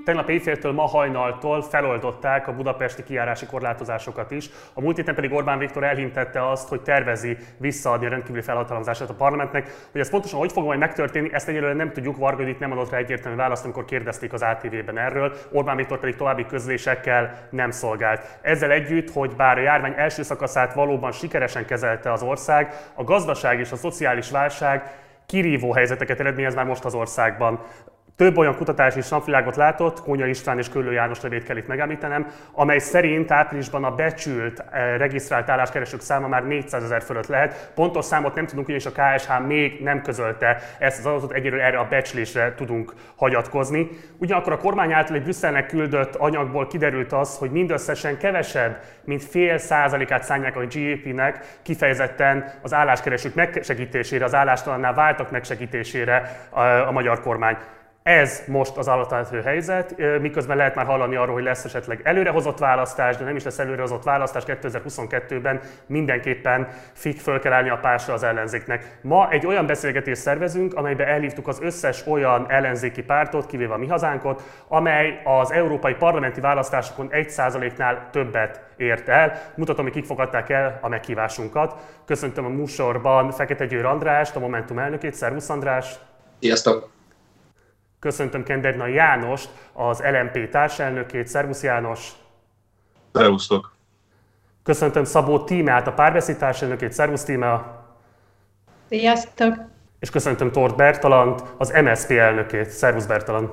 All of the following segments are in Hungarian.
Tegnap éjféltől ma hajnaltól feloldották a budapesti kijárási korlátozásokat is. A múlt héten pedig Orbán Viktor elhintette azt, hogy tervezi visszaadni a rendkívüli felhatalmazását a parlamentnek. Hogy ez pontosan hogy fog majd megtörténni, ezt egyelőre nem tudjuk. Varga Judit nem adott rá egyértelmű választ, amikor kérdezték az ATV-ben erről. Orbán Viktor pedig további közlésekkel nem szolgált. Ezzel együtt, hogy bár a járvány első szakaszát valóban sikeresen kezelte az ország, a gazdaság és a szociális válság kirívó helyzeteket eredményez már most az országban. Több olyan kutatás is napvilágot látott, Kónya István és Köllő János nevét kell itt megemlítenem, amely szerint áprilisban a becsült regisztrált álláskeresők száma már 400 000 fölött lehet. Pontos számot nem tudunk, ugyanis a KSH még nem közölte ezt az adatot, egyelőre erre a becslésre tudunk hagyatkozni. Ugyanakkor a kormány által egy Brüsszelnek küldött anyagból kiderült az, hogy mindösszesen kevesebb, mint 0,5%-át szánják a GDP-nek kifejezetten az álláskeresők megsegítésére, az állástalanná váltak megsegítésére a magyar kormány. Ez most az alapvető helyzet, miközben lehet már hallani arról, hogy lesz esetleg előrehozott választás, de nem is lesz előrehozott választás 2022-ben, mindenképpen föl kell állni a pásra az ellenzéknek. Ma egy olyan beszélgetést szervezünk, amelyben elhívtuk az összes olyan ellenzéki pártot, kivéve a Mi Hazánkot, amely az európai parlamenti választásokon 1%-nál többet ért el. Mutatom, hogy kik fogadták el a meghívásunkat. Köszöntöm a műsorban Fekete Győr Andrást, a Momentum elnökét. Szervusz András! Sziasztok! Köszöntöm Kendernai Jánost, az LMP társelnökét. Szervusz János! Szervusztok! Köszöntöm Szabó Tímeát, a Párbeszéd társelnökét. Szervusz Tímea! Sziasztok! És köszöntöm Tóth Bertalandt, az MSZP elnökét. Szervusz Bertalan!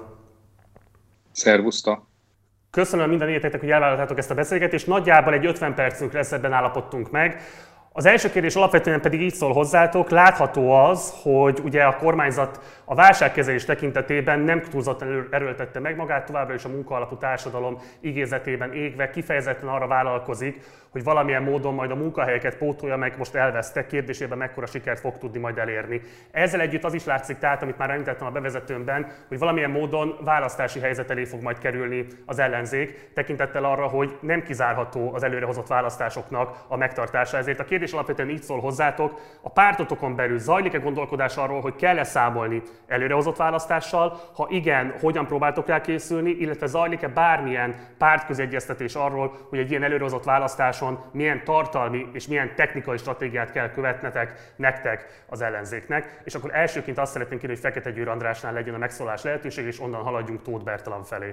Szervusztok! Köszönöm minden egyeteknek, hogy elvállaltátok ezt a beszélgetést. Nagyjából egy 50 percünk lesz, ebben állapodtunk meg. Az első kérdés alapvetően pedig így szól hozzátok. Látható az, hogy ugye a kormányzat a válságkezelés tekintetében nem túlzottan erőltette meg magát, továbbra is a munkaalapú társadalom igézetében égve kifejezetten arra vállalkozik, hogy valamilyen módon majd a munkahelyeket pótolja meg, most elvesztek, kérdésében mekkora sikert fog tudni majd elérni. Ezzel együtt az is látszik, tehát amit már említettem a bevezetőmben, hogy valamilyen módon választási helyzet elé fog majd kerülni az ellenzék, tekintettel arra, hogy nem kizárható az előrehozott választásoknak a megtartása. Ezért a kérdés alapvetően így szól hozzátok: a pártotokon belül zajlik-e gondolkodás arról, hogy kell-e számolni előrehozott választással? Ha igen, hogyan próbáltok rá készülni, illetve zajlik-e bármilyen pártközegyeztetés arról, hogy egy ilyen előrehozott választáson milyen tartalmi és milyen technikai stratégiát kell követnetek nektek az ellenzéknek? És akkor elsőként azt szeretnénk kérni, hogy Fekete Győr Andrásnál legyen a megszólás lehetőség, és onnan haladjunk Tóth Bertalan felé.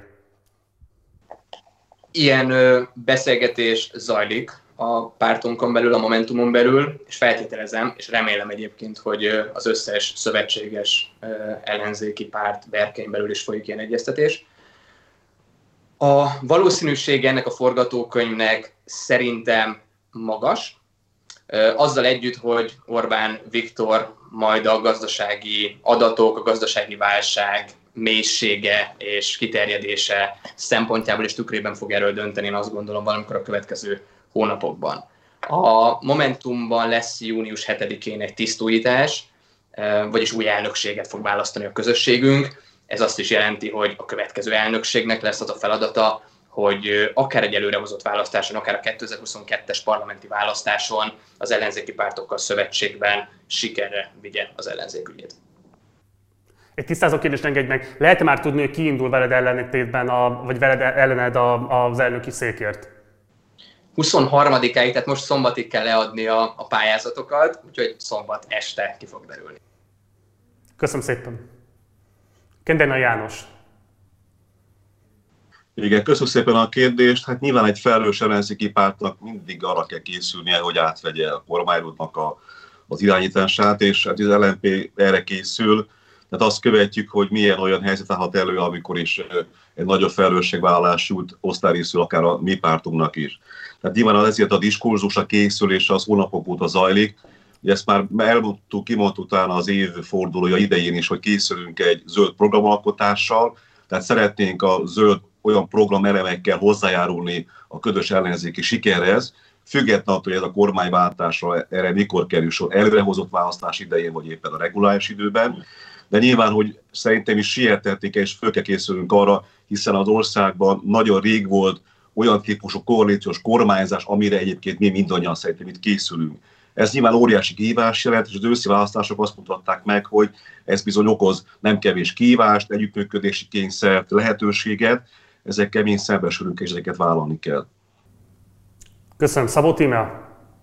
Ilyen beszélgetés zajlik a pártunkon belül, a Momentumon belül, és feltételezem, és remélem egyébként, hogy az összes szövetséges ellenzéki párt berkein belül is folyik ilyen egyeztetés. A valószínűsége ennek a forgatókönyvnek szerintem magas, azzal együtt, hogy Orbán Viktor majd a gazdasági adatok, a gazdasági válság mélysége és kiterjedése szempontjából és tükrében fog erről dönteni, én azt gondolom, valamikor a következő hónapokban. A Momentumban lesz június 7-én egy tisztújítás, vagyis új elnökséget fog választani a közösségünk. Ez azt is jelenti, hogy a következő elnökségnek lesz az a feladata, hogy akár egy előrehozott választáson, akár a 2022-es parlamenti választáson az ellenzéki pártokkal szövetségben sikerre vigye az ellenzék ügyét. Egy tisztázó kérdést engedj meg. Lehet-e már tudni, hogy ki indul veled ellentétben, vagy veled ellened az elnöki székért? 23-áig, tehát most szombatig kell leadni a pályázatokat, úgyhogy szombat este ki fog derülni. Köszönöm szépen. Kendernai János. Igen, köszönöm szépen a kérdést. Hát nyilván egy felelős ellenzéki pártnak mindig arra kell készülnie, hogy átvegye a kormányútnak az irányítását, és hát az LMP erre készül. Tehát azt követjük, hogy milyen olyan helyzet állhat elő, amikor is egy nagyobb felelősségvállalású osztály részül akár a mi pártunknak is. Tehát nyilván ezért a diskurzus, a készülés az hónapok óta zajlik. Ugye ezt már elmondtuk, kimondtuk utána az év fordulója idején is, hogy készülünk egy zöld programalkotással, tehát szeretnénk a zöld olyan programelemekkel hozzájárulni a közös ellenzéki sikerhez, függetlenül, hogy ez a kormányváltásra erre mikor kerül sor, előrehozott választás idején, vagy éppen a reguláris időben. De nyilván, hogy szerintem is sietették, és föl kell készülnünk arra, hiszen az országban nagyon rég volt olyan típusú koalíciós kormányzás, amire egyébként mi mindannyian szerintem itt készülünk. Ez nyilván óriási kihívás jelent, és az őszi választások azt mutatták meg, hogy ez bizony okoz nem kevés kihívást, együttműködési kényszert, lehetőséget, ezekkel mi szembesülünk, és ezeket vállalni kell. Köszönöm. Szabó Tímea?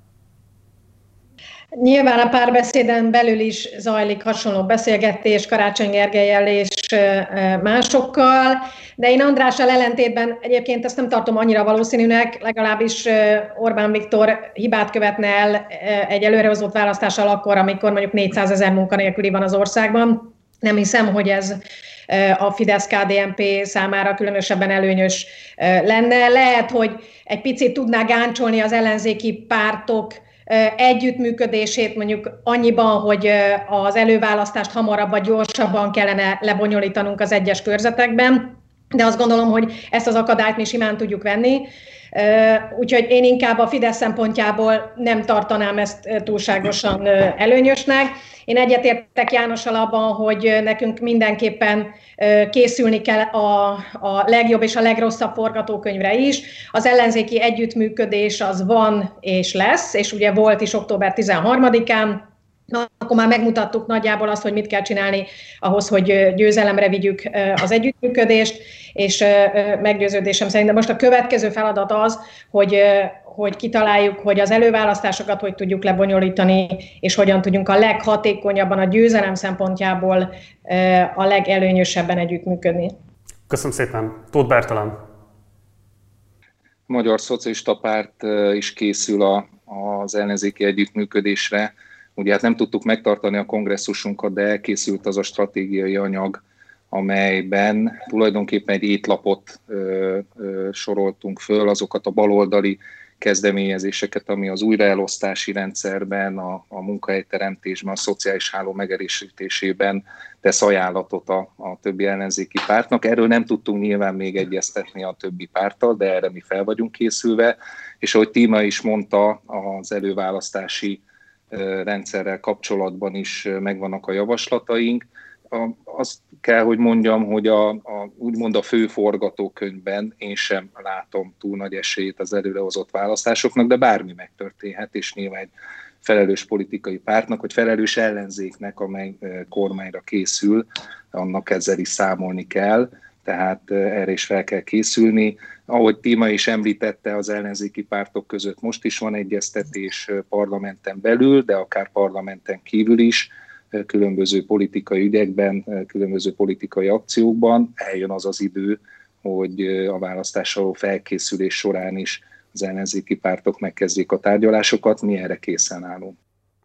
Nyilván a párbeszéden belül is zajlik hasonló beszélgetés Karácsony Gergellyel és másokkal, de én Andrással ellentétben egyébként ezt nem tartom annyira valószínűnek, legalábbis Orbán Viktor hibát követne el egy előrehozott választással akkor, amikor mondjuk 400 000 munkanélküli van az országban. Nem hiszem, hogy ez a Fidesz-KDNP számára különösebben előnyös lenne. Lehet, hogy egy picit tudná gáncsolni az ellenzéki pártok együttműködését mondjuk annyiban, hogy az előválasztást hamarabb vagy gyorsabban kellene lebonyolítanunk az egyes körzetekben, de azt gondolom, hogy ezt az akadályt mi simán tudjuk venni. Úgyhogy én inkább a Fidesz szempontjából nem tartanám ezt túlságosan előnyösnek. Én egyetértek Jánossal abban, hogy nekünk mindenképpen készülni kell a legjobb és a legrosszabb forgatókönyvre is. Az ellenzéki együttműködés az van és lesz, és ugye volt is október 13-án, akkor már megmutattuk nagyjából azt, hogy mit kell csinálni ahhoz, hogy győzelemre vigyük az együttműködést, és meggyőződésem szerint. De most a következő feladat az, hogy kitaláljuk, hogy az előválasztásokat hogy tudjuk lebonyolítani, és hogyan tudjunk a leghatékonyabban a győzelem szempontjából a legelőnyösebben együttműködni. Köszönöm szépen. Tóth Bertalan. A Magyar Szocialista Párt is készül az ellenzéki együttműködésre. Ugye hát nem tudtuk megtartani a kongresszusunkat, de elkészült az a stratégiai anyag, amelyben tulajdonképpen egy étlapot soroltunk föl, azokat a baloldali kezdeményezéseket, ami az újraelosztási rendszerben, a munkahelyteremtésben, a szociális háló megerősítésében tesz ajánlatot a többi ellenzéki pártnak. Erről nem tudtunk nyilván még egyeztetni a többi párttal, de erre mi fel vagyunk készülve, és ahogy Tíma is mondta, az előválasztási rendszerrel kapcsolatban is megvannak a javaslataink. Azt kell, hogy mondjam, hogy úgymond a fő forgatókönyvben én sem látom túl nagy esélyt az előrehozott választásoknak, de bármi megtörténhet, és nyilván egy felelős politikai pártnak, vagy felelős ellenzéknek, amely kormányra készül, annak ezzel is számolni kell, tehát erre is fel kell készülni. Ahogy Tíma is említette, az ellenzéki pártok között most is van egyeztetés parlamenten belül, de akár parlamenten kívül is, különböző politikai ügyekben, különböző politikai akciókban. Eljön az az idő, hogy a választásra való felkészülés során is az ellenzéki pártok megkezdjék a tárgyalásokat, mi erre készen állunk.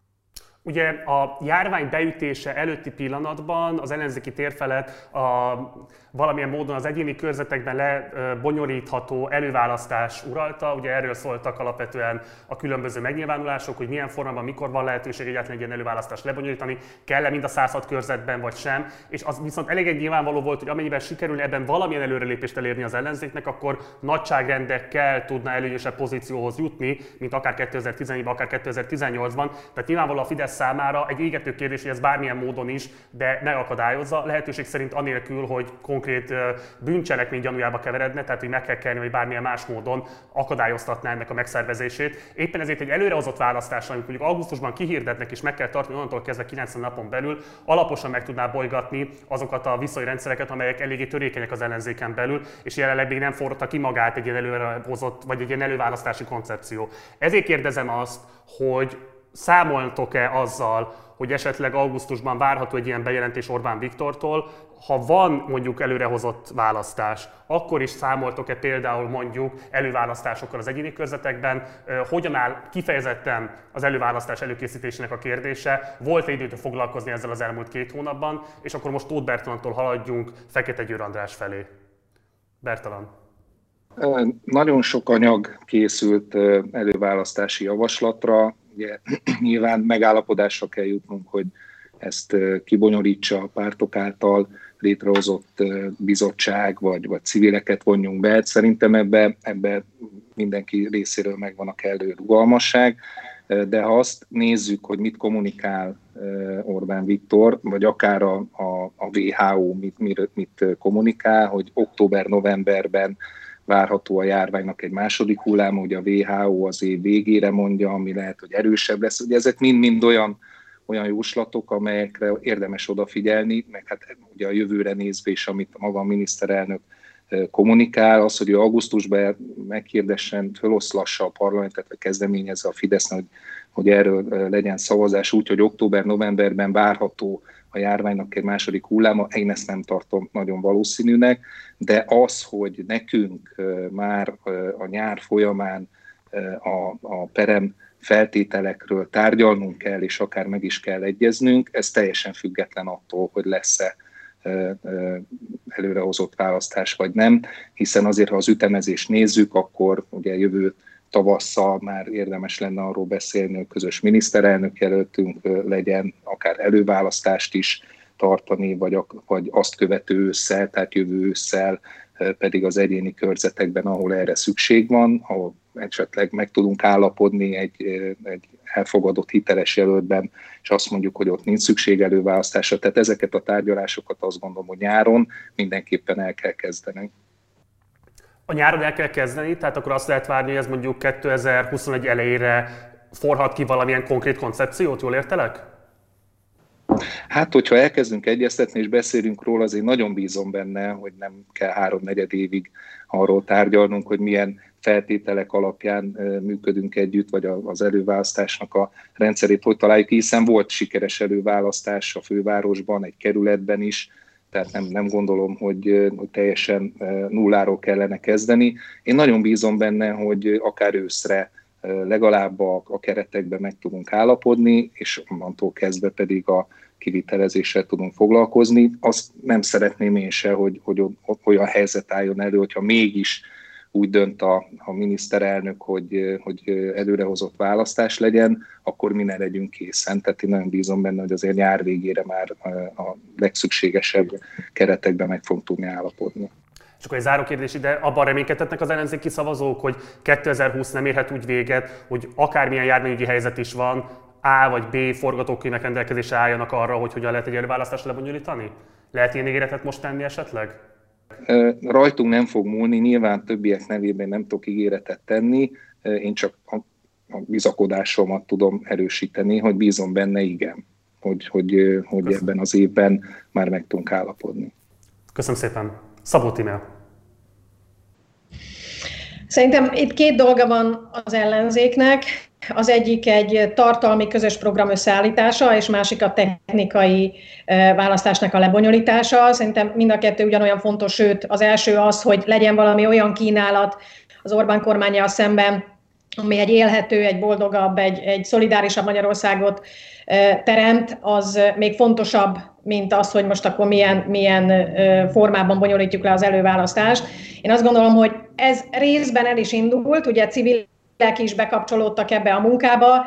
Ugye a járvány beütése előtti pillanatban az ellenzéki térfelet valamilyen módon az egyéni körzetekben lebonyolítható előválasztás uralta. Ugye erről szóltak alapvetően a különböző megnyilvánulások, hogy milyen formában, mikor van lehetőség egyáltalán egy ilyen előválasztást lebonyolítani, kell-e mind a 106 körzetben vagy sem. És az viszont elég nyilvánvaló volt, hogy amennyiben sikerül ebben valamilyen előrelépést elérni az ellenzéknek, akkor nagyságrendekkel tudna előnyösebb pozícióhoz jutni, mint akár 2014-ben, akár 2018-ban. Tehát nyilvánvalóan a Fidesz számára egy égető kérdés, hogy ez bármilyen módon is, de ne akadályozza, lehetőség szerint anélkül, hogy konkrét bűncselekmény gyanújába keveredne, tehát hogy meg kell kelni, hogy bármilyen más módon akadályoztatná ennek a megszervezését. Éppen ezért egy előrehozott választás, amit mondjuk augusztusban kihirdetnek és meg kell tartani onnantól kezdve 90 napon belül, alaposan meg tudná bolygatni azokat a viszonyrendszereket, amelyek eléggé törékenyek az ellenzéken belül, és jelenleg még nem forrta ki magát egy ilyen előrehozott, vagy egy ilyen előválasztási koncepció. Ezért kérdezem azt, hogy számoltok-e azzal, hogy esetleg augusztusban várható egy ilyen bejelentés Orbán Viktortól, ha van mondjuk előrehozott választás, akkor is számoltok-e például mondjuk előválasztásokkal az egyéni körzetekben, hogyan áll kifejezetten az előválasztás előkészítésének a kérdése, volt-e időt foglalkozni ezzel az elmúlt 2 hónapban, és akkor most Tóth Bertalantól haladjunk Fekete Győr András felé. Bertalan. Nagyon sok anyag készült előválasztási javaslatra. Ugye, nyilván megállapodásra kell jutnunk, hogy ezt kibonyolítsa a pártok által létrehozott bizottság, vagy civileket vonjunk be. Szerintem ebbe mindenki részéről megvan a kellő rugalmasság, de ha azt nézzük, hogy mit kommunikál Orbán Viktor, vagy akár a WHO mit kommunikál, hogy október-novemberben várható a járványnak egy második hulláma, ugye a WHO az év végére mondja, ami lehet, hogy erősebb lesz. Ugye ezek mind-mind olyan jóslatok, amelyekre érdemes odafigyelni, meg hát ugye a jövőre nézve is, amit maga a miniszterelnök kommunikál, az, hogy ő augusztusban meghirdessen, feloszlassa a parlamentet, vagy kezdeményezze a Fidesznek, hogy erről legyen szavazás úgy, hogy október-novemberben várható a járványnak egy második hulláma, én ezt nem tartom nagyon valószínűnek, de az, hogy nekünk már a nyár folyamán a perem feltételekről tárgyalnunk kell, és akár meg is kell egyeznünk, ez teljesen független attól, hogy lesz-e előrehozott választás vagy nem, hiszen azért, ha az ütemezést nézzük, akkor ugye jövő tavasszal már érdemes lenne arról beszélni, hogy közös miniszterelnök jelöltünk legyen, akár előválasztást is tartani, vagy azt követő ősszel, tehát jövő ősszel pedig az egyéni körzetekben, ahol erre szükség van, ahol esetleg meg tudunk állapodni egy elfogadott hiteles jelöltben, és azt mondjuk, hogy ott nincs szükség előválasztásra. Tehát ezeket a tárgyalásokat azt gondolom, hogy nyáron mindenképpen el kell kezdeni. A nyáron el kell kezdeni, tehát akkor azt lehet várni, hogy ez mondjuk 2021 elejére forhat ki valamilyen konkrét koncepciót, jól értelek? Hát, hogyha elkezdünk egyeztetni és beszélünk róla, azért nagyon bízom benne, hogy nem kell 3-4 évig arról tárgyalnunk, hogy milyen feltételek alapján működünk együtt, vagy az előválasztásnak a rendszerét hogy találjuk, hiszen volt sikeres előválasztás a fővárosban, egy kerületben is, tehát nem gondolom, hogy teljesen nulláról kellene kezdeni. Én nagyon bízom benne, hogy akár őszre legalább a keretekben meg tudunk állapodni, és onnantól kezdve pedig a kivitelezéssel tudunk foglalkozni. Azt nem szeretném én se, hogy olyan helyzet álljon elő, hogyha mégis úgy dönt a miniszterelnök, hogy előrehozott választás legyen, akkor mi ne legyünk készen. Tehát én nagyon bízom benne, hogy azért nyár végére már a legszükségesebb keretekben meg fogunk tudni állapodni. És akkor egy záró kérdés ide, abban reménykedhetnek az ellenzéki szavazók, hogy 2020 nem érhet úgy véget, hogy akármilyen járványügyi helyzet is van, A vagy B forgatókönyvek rendelkezésre álljanak arra, hogy hogyan lehet egy előválasztást lebonyolítani? Lehet ilyen ígéretet most tenni esetleg? Rajtunk nem fog múlni, nyilván többiek nevében nem tudok ígéretet tenni, én csak a bizakodásomat tudom erősíteni, hogy bízom benne, igen, hogy ebben az évben már meg tudunk állapodni. Köszönöm szépen. Szabó Tímea. Szerintem itt két dolga van az ellenzéknek. Az egyik egy tartalmi közös program összeállítása, és másik a technikai választásnak a lebonyolítása. Szerintem mind a kettő ugyanolyan fontos, sőt az első az, hogy legyen valami olyan kínálat az Orbán kormánnyal szemben, ami egy élhető, egy boldogabb, egy szolidárisabb Magyarországot teremt, az még fontosabb, mint az, hogy most akkor milyen formában bonyolítjuk le az előválasztást. Én azt gondolom, hogy ez részben el is indult, ugye civilek is bekapcsolódtak ebbe a munkába,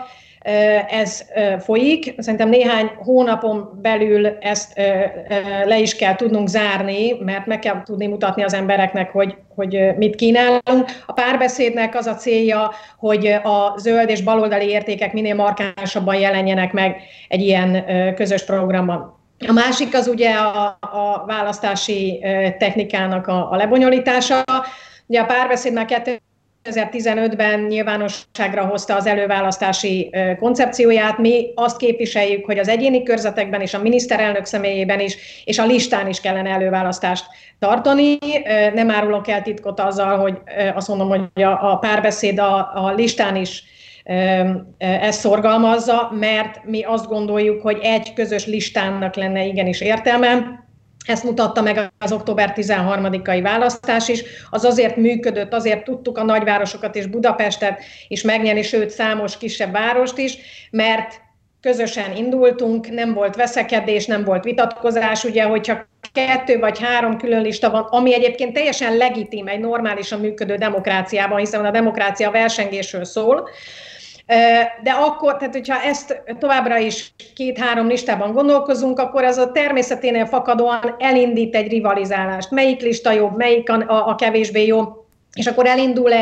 ez folyik. Szerintem néhány hónapon belül ezt le is kell tudnunk zárni, mert meg kell tudni mutatni az embereknek, hogy mit kínálunk. A párbeszédnek az a célja, hogy a zöld és baloldali értékek minél markánsabban jelenjenek meg egy ilyen közös programban. A másik az ugye a választási technikának a lebonyolítása. Ugye a párbeszéd már 2015-ben nyilvánosságra hozta az előválasztási koncepcióját. Mi azt képviseljük, hogy az egyéni körzetekben és a miniszterelnök személyében is, és a listán is kellene előválasztást tartani. Nem árulok el titkot azzal, hogy azt mondom, hogy a párbeszéd a listán is ezt szorgalmazza, mert mi azt gondoljuk, hogy egy közös listának lenne igenis értelme. Ezt mutatta meg az október 13-ai választás is. Az azért működött, azért tudtuk a nagyvárosokat és Budapestet is megnyerni, sőt számos kisebb várost is, mert közösen indultunk, nem volt veszekedés, nem volt vitatkozás, ugye, hogyha 2 vagy 3 külön lista van, ami egyébként teljesen legitim egy normálisan működő demokráciában, hiszen a demokrácia versengésről szól. De akkor, tehát hogyha ezt továbbra is 2-3 listában gondolkozunk, akkor az a természeténél fakadóan elindít egy rivalizálást. Melyik lista jobb, melyik a kevésbé jó, és akkor elindul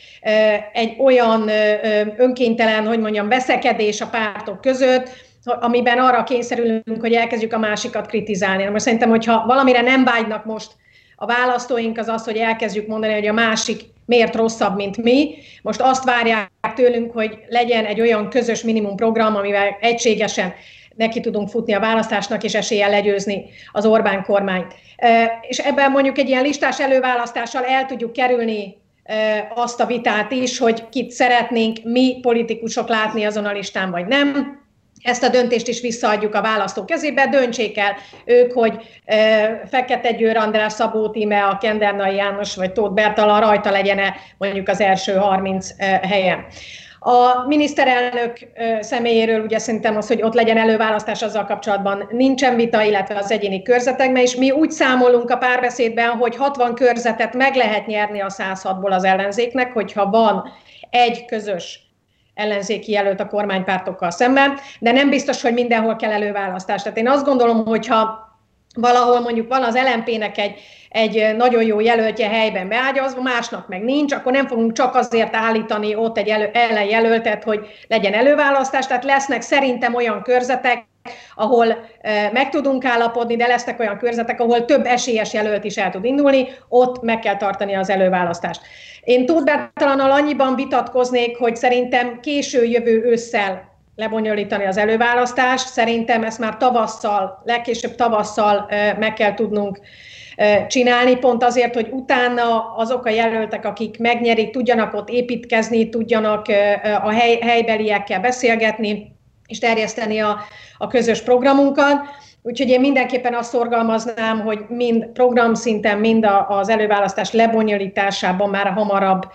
egy olyan önkénytelen, hogy mondjam, veszekedés a pártok között, amiben arra kényszerülünk, hogy elkezdjük a másikat kritizálni. Most szerintem, hogyha valamire nem vágynak most a választóink az az, hogy elkezdjük mondani, hogy a másik miért rosszabb, mint mi. Most azt várják tőlünk, hogy legyen egy olyan közös minimumprogram, amivel egységesen neki tudunk futni a választásnak, és eséllyel legyőzni az Orbán kormányt. És ebben mondjuk egy ilyen listás előválasztással el tudjuk kerülni azt a vitát is, hogy kit szeretnénk mi politikusok látni azon a listán, vagy nem. Ezt a döntést is visszaadjuk a választók kezébe, döntsék el ők, hogy Fekete Győr András, Szabó Tíme, a Kendernai János vagy Tóth Bertalan rajta legyen-e mondjuk az első 30 helyen. A miniszterelnök személyéről ugye szerintem az, hogy ott legyen előválasztás, azzal kapcsolatban nincsen vita, illetve az egyéni körzetekben, és mi úgy számolunk a párbeszédben, hogy 60 körzetet meg lehet nyerni a 106-ból az ellenzéknek, hogyha van egy közös ellenzéki jelölt a kormánypártokkal szemben, de nem biztos, hogy mindenhol kell előválasztás. Tehát én azt gondolom, hogyha valahol mondjuk van az LMP-nek egy nagyon jó jelöltje helyben beágyazva, másnak meg nincs, akkor nem fogunk csak azért állítani ott egy ellenjelöltet, hogy legyen előválasztás. Tehát lesznek szerintem olyan körzetek, ahol meg tudunk állapodni, de lesznek olyan körzetek, ahol több esélyes jelölt is el tud indulni, ott meg kell tartani az előválasztást. Én Tóth Bertalannal annyiban vitatkoznék, hogy szerintem késő jövő ősszel lebonyolítani az előválasztást. Szerintem ezt már tavasszal, legkésőbb tavasszal meg kell tudnunk csinálni, pont azért, hogy utána azok a jelöltek, akik megnyerik, tudjanak ott építkezni, tudjanak a helybeliekkel beszélgetni, és terjeszteni a közös programunkat. Úgyhogy én mindenképpen azt szorgalmaznám, hogy mind programszinten, mind az előválasztás lebonyolításában már hamarabb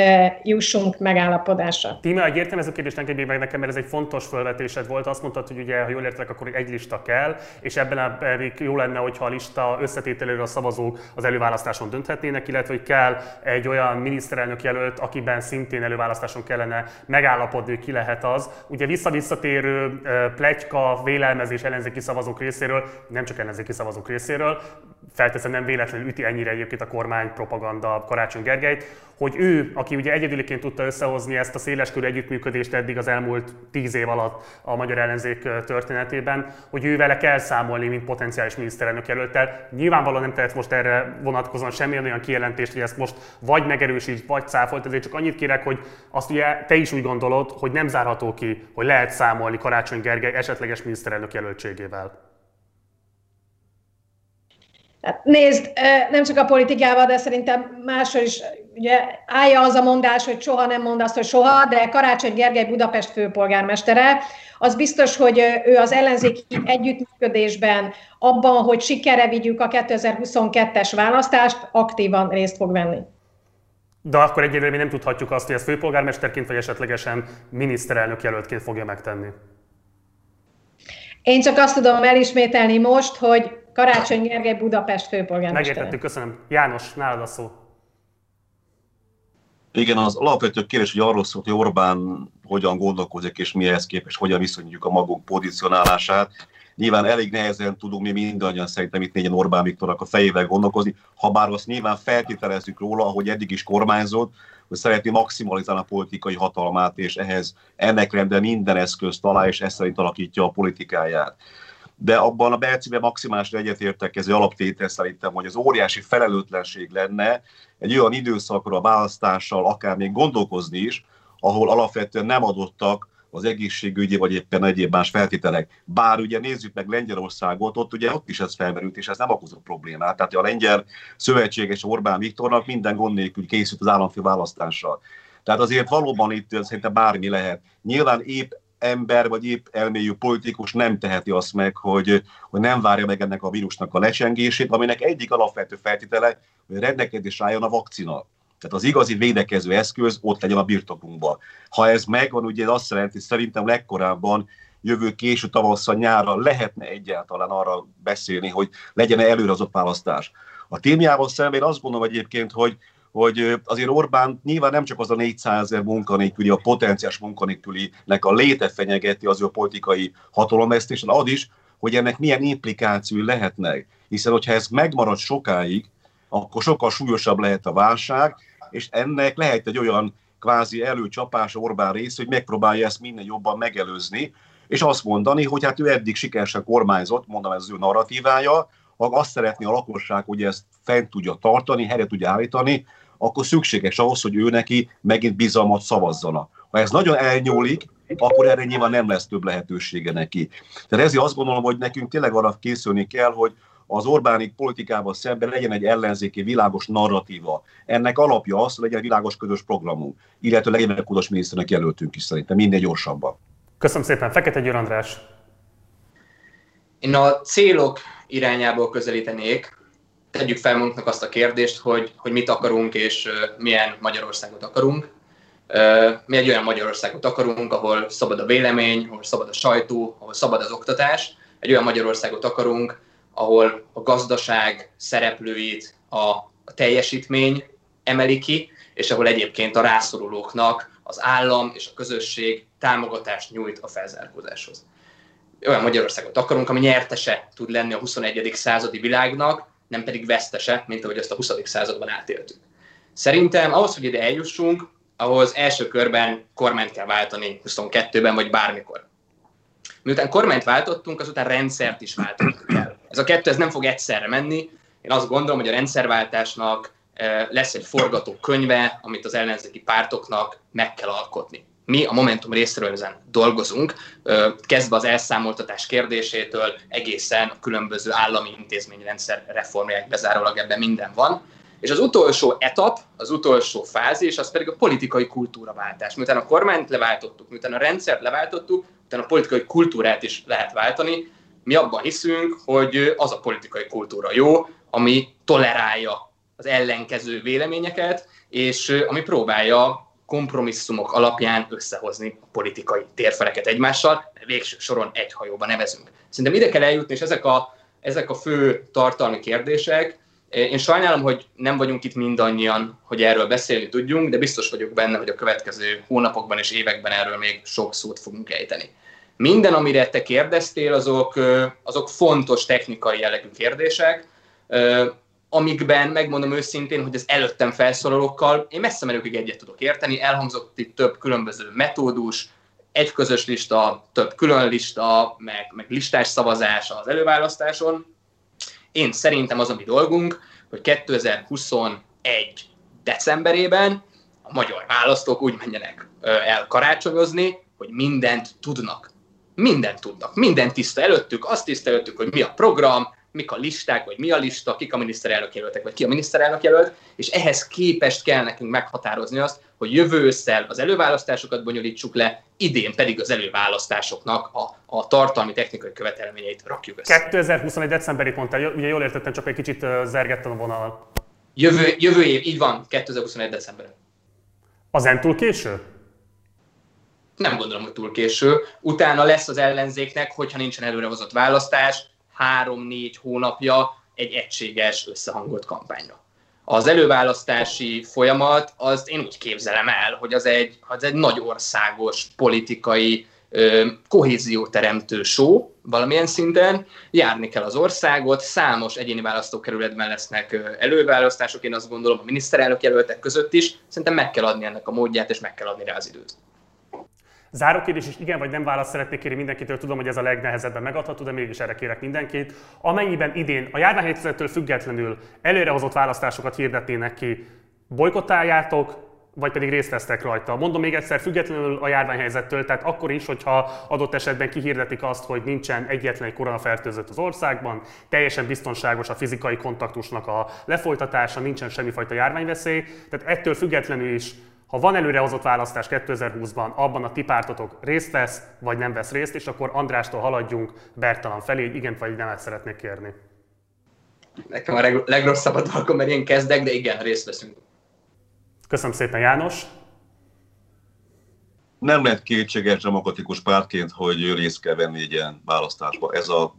jussunk megállapodásra. Tíme, egy értelmező kérdést engedj meg nekem, mert ez egy fontos felvetésed volt. Azt mondtad, hogy ugye, ha jól értelek, akkor egy lista kell, és ebben pedig jó lenne, hogyha a lista összetételéről a szavazók az előválasztáson dönthetnének, illetve hogy kell egy olyan miniszterelnök jelölt, akiben szintén előválasztáson kellene megállapodni, hogy ki lehet az. Ugye visszatérő pletyka, vélelmezés ellenzéki szavazók részéről, nem csak ellenzéki szavazók részéről, felteszem, nem véletlenül üti ennyire egyébként a kormánypropaganda Karácsony Gergelyt, hogy ő, aki ugye egyedüliként tudta összehozni ezt a széleskörű együttműködést eddig az elmúlt 10 év alatt a magyar ellenzék történetében, hogy ő vele kell számolni, mint potenciális miniszterelnök jelölttel. Nyilvánvalóan nem tehet most erre vonatkozóan semmilyen olyan kijelentést, hogy ezt most vagy megerősít, vagy cáfolt, ezért csak annyit kérek, hogy azt ugye te is úgy gondolod, hogy nem zárható ki, hogy lehet számolni Karácsony Gergely esetleges miniszterelnök jelöltségével. Hát nézd, nem csak a politikával, de szerintem máshol is ugye állja az a mondás, hogy soha nem mond azt, hogy soha, de Karácsony Gergely Budapest főpolgármestere. Az biztos, hogy ő az ellenzéki együttműködésben, abban, hogy sikerre vigyük a 2022-es választást, aktívan részt fog venni. De akkor egyelőre mi nem tudhatjuk azt, hogy ezt főpolgármesterként vagy esetlegesen miniszterelnök jelöltként fogja megtenni. Én csak azt tudom elismételni most, hogy Karácsony Gergely Budapest főpolgármestere. Megértettük, köszönöm. János, nálad a szó. Igen, az alapvető kérdés, hogy arról szólt, hogy Orbán hogyan gondolkozik és mihez képest, hogyan viszonyítjuk a magunk pozícionálását. Nyilván elég nehezen tudunk mi mindannyian szerintem itt négyen Orbán Viktornak a fejével gondolkozni, habár azt nyilván feltételezzük róla, ahogy eddig is kormányzott, hogy szeretné maximalizálni a politikai hatalmát, és ennek rendel minden eszközt alá, és ezt szerint alakítja a politikáját. De abban a Berciben maximálisra egyetértekező alaptétel szerintem, hogy az óriási felelőtlenség lenne egy olyan időszakra a választással akár még gondolkozni is, ahol alapvetően nem adottak az egészségügyi vagy éppen egyéb más feltételek. Bár ugye nézzük meg Lengyelországot, ott is ez felmerült, és ez nem okozott problémát. Tehát a lengyel szövetséges Orbán Viktornak minden gond nélkül készült az államfő választásra. Tehát azért valóban itt szerintem bármi lehet. Nyilván épp ember vagy épp elmélyű politikus nem teheti azt meg, hogy nem várja meg ennek a vírusnak a lecsengését, aminek egyik alapvető feltétele, hogy rendelkezésre álljon a vakcina. Tehát az igazi védekező eszköz ott legyen a birtokunkban. Ha ez megvan, ugye azt jelenti, hogy szerintem legkorábban jövő késő tavasszal nyárra lehetne egyáltalán arra beszélni, hogy legyen előrehozott választás. A témjával szemben azt gondolom egyébként, hogy azért Orbán nyilván nem csak az a 400 000 munkanélküli, a potenciális munkanélkülinek a léte fenyegeti az ő politikai hatalomvesztés, de az is, hogy ennek milyen implikációi lehetnek. Hiszen, hogyha ez megmarad sokáig, akkor sokkal súlyosabb lehet a válság, és ennek lehet egy olyan kvázi előcsapás Orbán rész, hogy megpróbálja ezt minél jobban megelőzni, és azt mondani, hogy hát ő eddig sikeresen kormányzott, mondom, ez az ő narratívája, ha azt szeretné a lakosság, hogy ezt fent tudja tartani, helyre tudja állítani, akkor szükséges ahhoz, hogy ő neki megint bizalmat szavazzanak. Ha ez nagyon elnyúlik, akkor erre nyilván nem lesz több lehetősége neki. Tehát ezért azt gondolom, hogy nekünk tényleg arra készülni kell, hogy az Orbáni politikával szemben legyen egy ellenzéki világos narratíva. Ennek alapja az, hogy legyen egy világos közös programunk, illetve legyen egy kudos miniszternek jelöltünk is szerintem, minél gyorsabban. Köszönöm szépen. Fekete Győr András. Én a célok irányából közelítenék. Tegyük fel magunknak azt a kérdést, hogy mit akarunk és milyen Magyarországot akarunk. Mi egy olyan Magyarországot akarunk, ahol szabad a vélemény, ahol szabad a sajtó, ahol szabad az oktatás. Egy olyan Magyarországot akarunk, ahol a gazdaság szereplőit a teljesítmény emeli ki, és ahol egyébként a rászorulóknak az állam és a közösség támogatást nyújt a felzárkózáshoz. Olyan Magyarországot akarunk, ami nyertese tud lenni a 21. századi világnak, nem pedig vesztese, mint ahogy azt a 20. században átéltük. Szerintem ahhoz, hogy ide eljussunk, ahhoz első körben kormányt kell váltani 22-ben vagy bármikor. Miután kormányt váltottunk, azután rendszert is váltottuk el. Ez a kettő nem fog egyszerre menni. Én azt gondolom, hogy a rendszerváltásnak lesz egy forgatókönyve, amit az ellenzéki pártoknak meg kell alkotni. Mi a Momentum részéről ezen dolgozunk, kezdve az elszámoltatás kérdésétől egészen a különböző állami intézményrendszer reformjáig bezárólag ebben minden van. És az utolsó etap, az utolsó fázis, az pedig a politikai kultúraváltás. Miután a kormányt leváltottuk, miután a rendszert leváltottuk, utána a politikai kultúrát is lehet váltani. Mi abban hiszünk, hogy az a politikai kultúra jó, ami tolerálja az ellenkező véleményeket, és ami próbálja kompromisszumok alapján összehozni a politikai térfeleket egymással, de végső soron egy hajóba nevezünk. Szerintem ide kell eljutni, és ezek a fő tartalmi kérdések. Én sajnálom, hogy nem vagyunk itt mindannyian, hogy erről beszélni tudjunk, de biztos vagyok benne, hogy a következő hónapokban és években erről még sok szót fogunk ejteni. Minden, amire te kérdeztél, azok fontos technikai jellegű kérdések, amikben megmondom őszintén, hogy az előttem felszólalókkal én messze menőkig egyet tudok érteni, elhangzott itt több különböző metódus, egy közös lista, több külön lista, meg listás szavazás az előválasztáson. Én szerintem az a mi dolgunk, hogy 2021. decemberében a magyar választók úgy menjenek el karácsonyozni, hogy mindent tudnak. Mindent tudnak, mindent tiszta előttük, azt tiszta előttük, hogy mi a program, mik a listák, vagy mi a lista, kik a miniszterelnök jelöltek, vagy ki a miniszterelnök jelölt, és ehhez képest kell nekünk meghatározni azt, hogy jövő ősszel az előválasztásokat bonyolítsuk le, idén pedig az előválasztásoknak a tartalmi technikai követelményeit rakjuk össze. 2021. decemberit mondtál, ugye jól értettem, csak egy kicsit zergettem a vonal. Jövő év, így van, 2021. december. Az nem túl késő? Nem gondolom, hogy túl késő. Utána lesz az ellenzéknek, hogyha nincsen előrehozott választás, 3-4 hónapja egy egységes, összehangolt kampányra. Az előválasztási folyamat, azt én úgy képzelem el, hogy az egy nagy országos politikai kohézióteremtő show valamilyen szinten. Járni kell az országot, számos egyéni választókerületben lesznek előválasztások, én azt gondolom a miniszterelnök jelöltek között is. Szerintem meg kell adni ennek a módját, és meg kell adni rá az időt. Záró kérdés is, igen vagy nem választ szeretnék kérni mindenkitől, tudom, hogy ez a legnehezebben megadható, de mégis erre kérek mindenkit. Amennyiben idén a járványhelyzettől függetlenül előrehozott választásokat hirdetnének ki, bojkottáljátok, vagy pedig részt vesztek rajta? Mondom még egyszer, függetlenül a járványhelyzettől, tehát akkor is, hogyha adott esetben kihirdetik azt, hogy nincsen egyetlen egy koronafertőzött az országban, teljesen biztonságos a fizikai kontaktusnak a lefolytatása, nincsen semmifajta járványveszély, tehát ettől függetlenül is, ha van előrehozott választás 2020-ban, abban a ti pártotok részt vesz, vagy nem vesz részt, és akkor Andrástól haladjunk Bertalan felé, igent vagy nemet szeretnék kérni. Nekem a legrosszabb a dolgom, mert én kezdek, de igen, részt veszünk. Köszönöm szépen, János. Nem lehet kétséges demokratikus pártként, hogy részt kell venni egy ilyen választásba. Ez a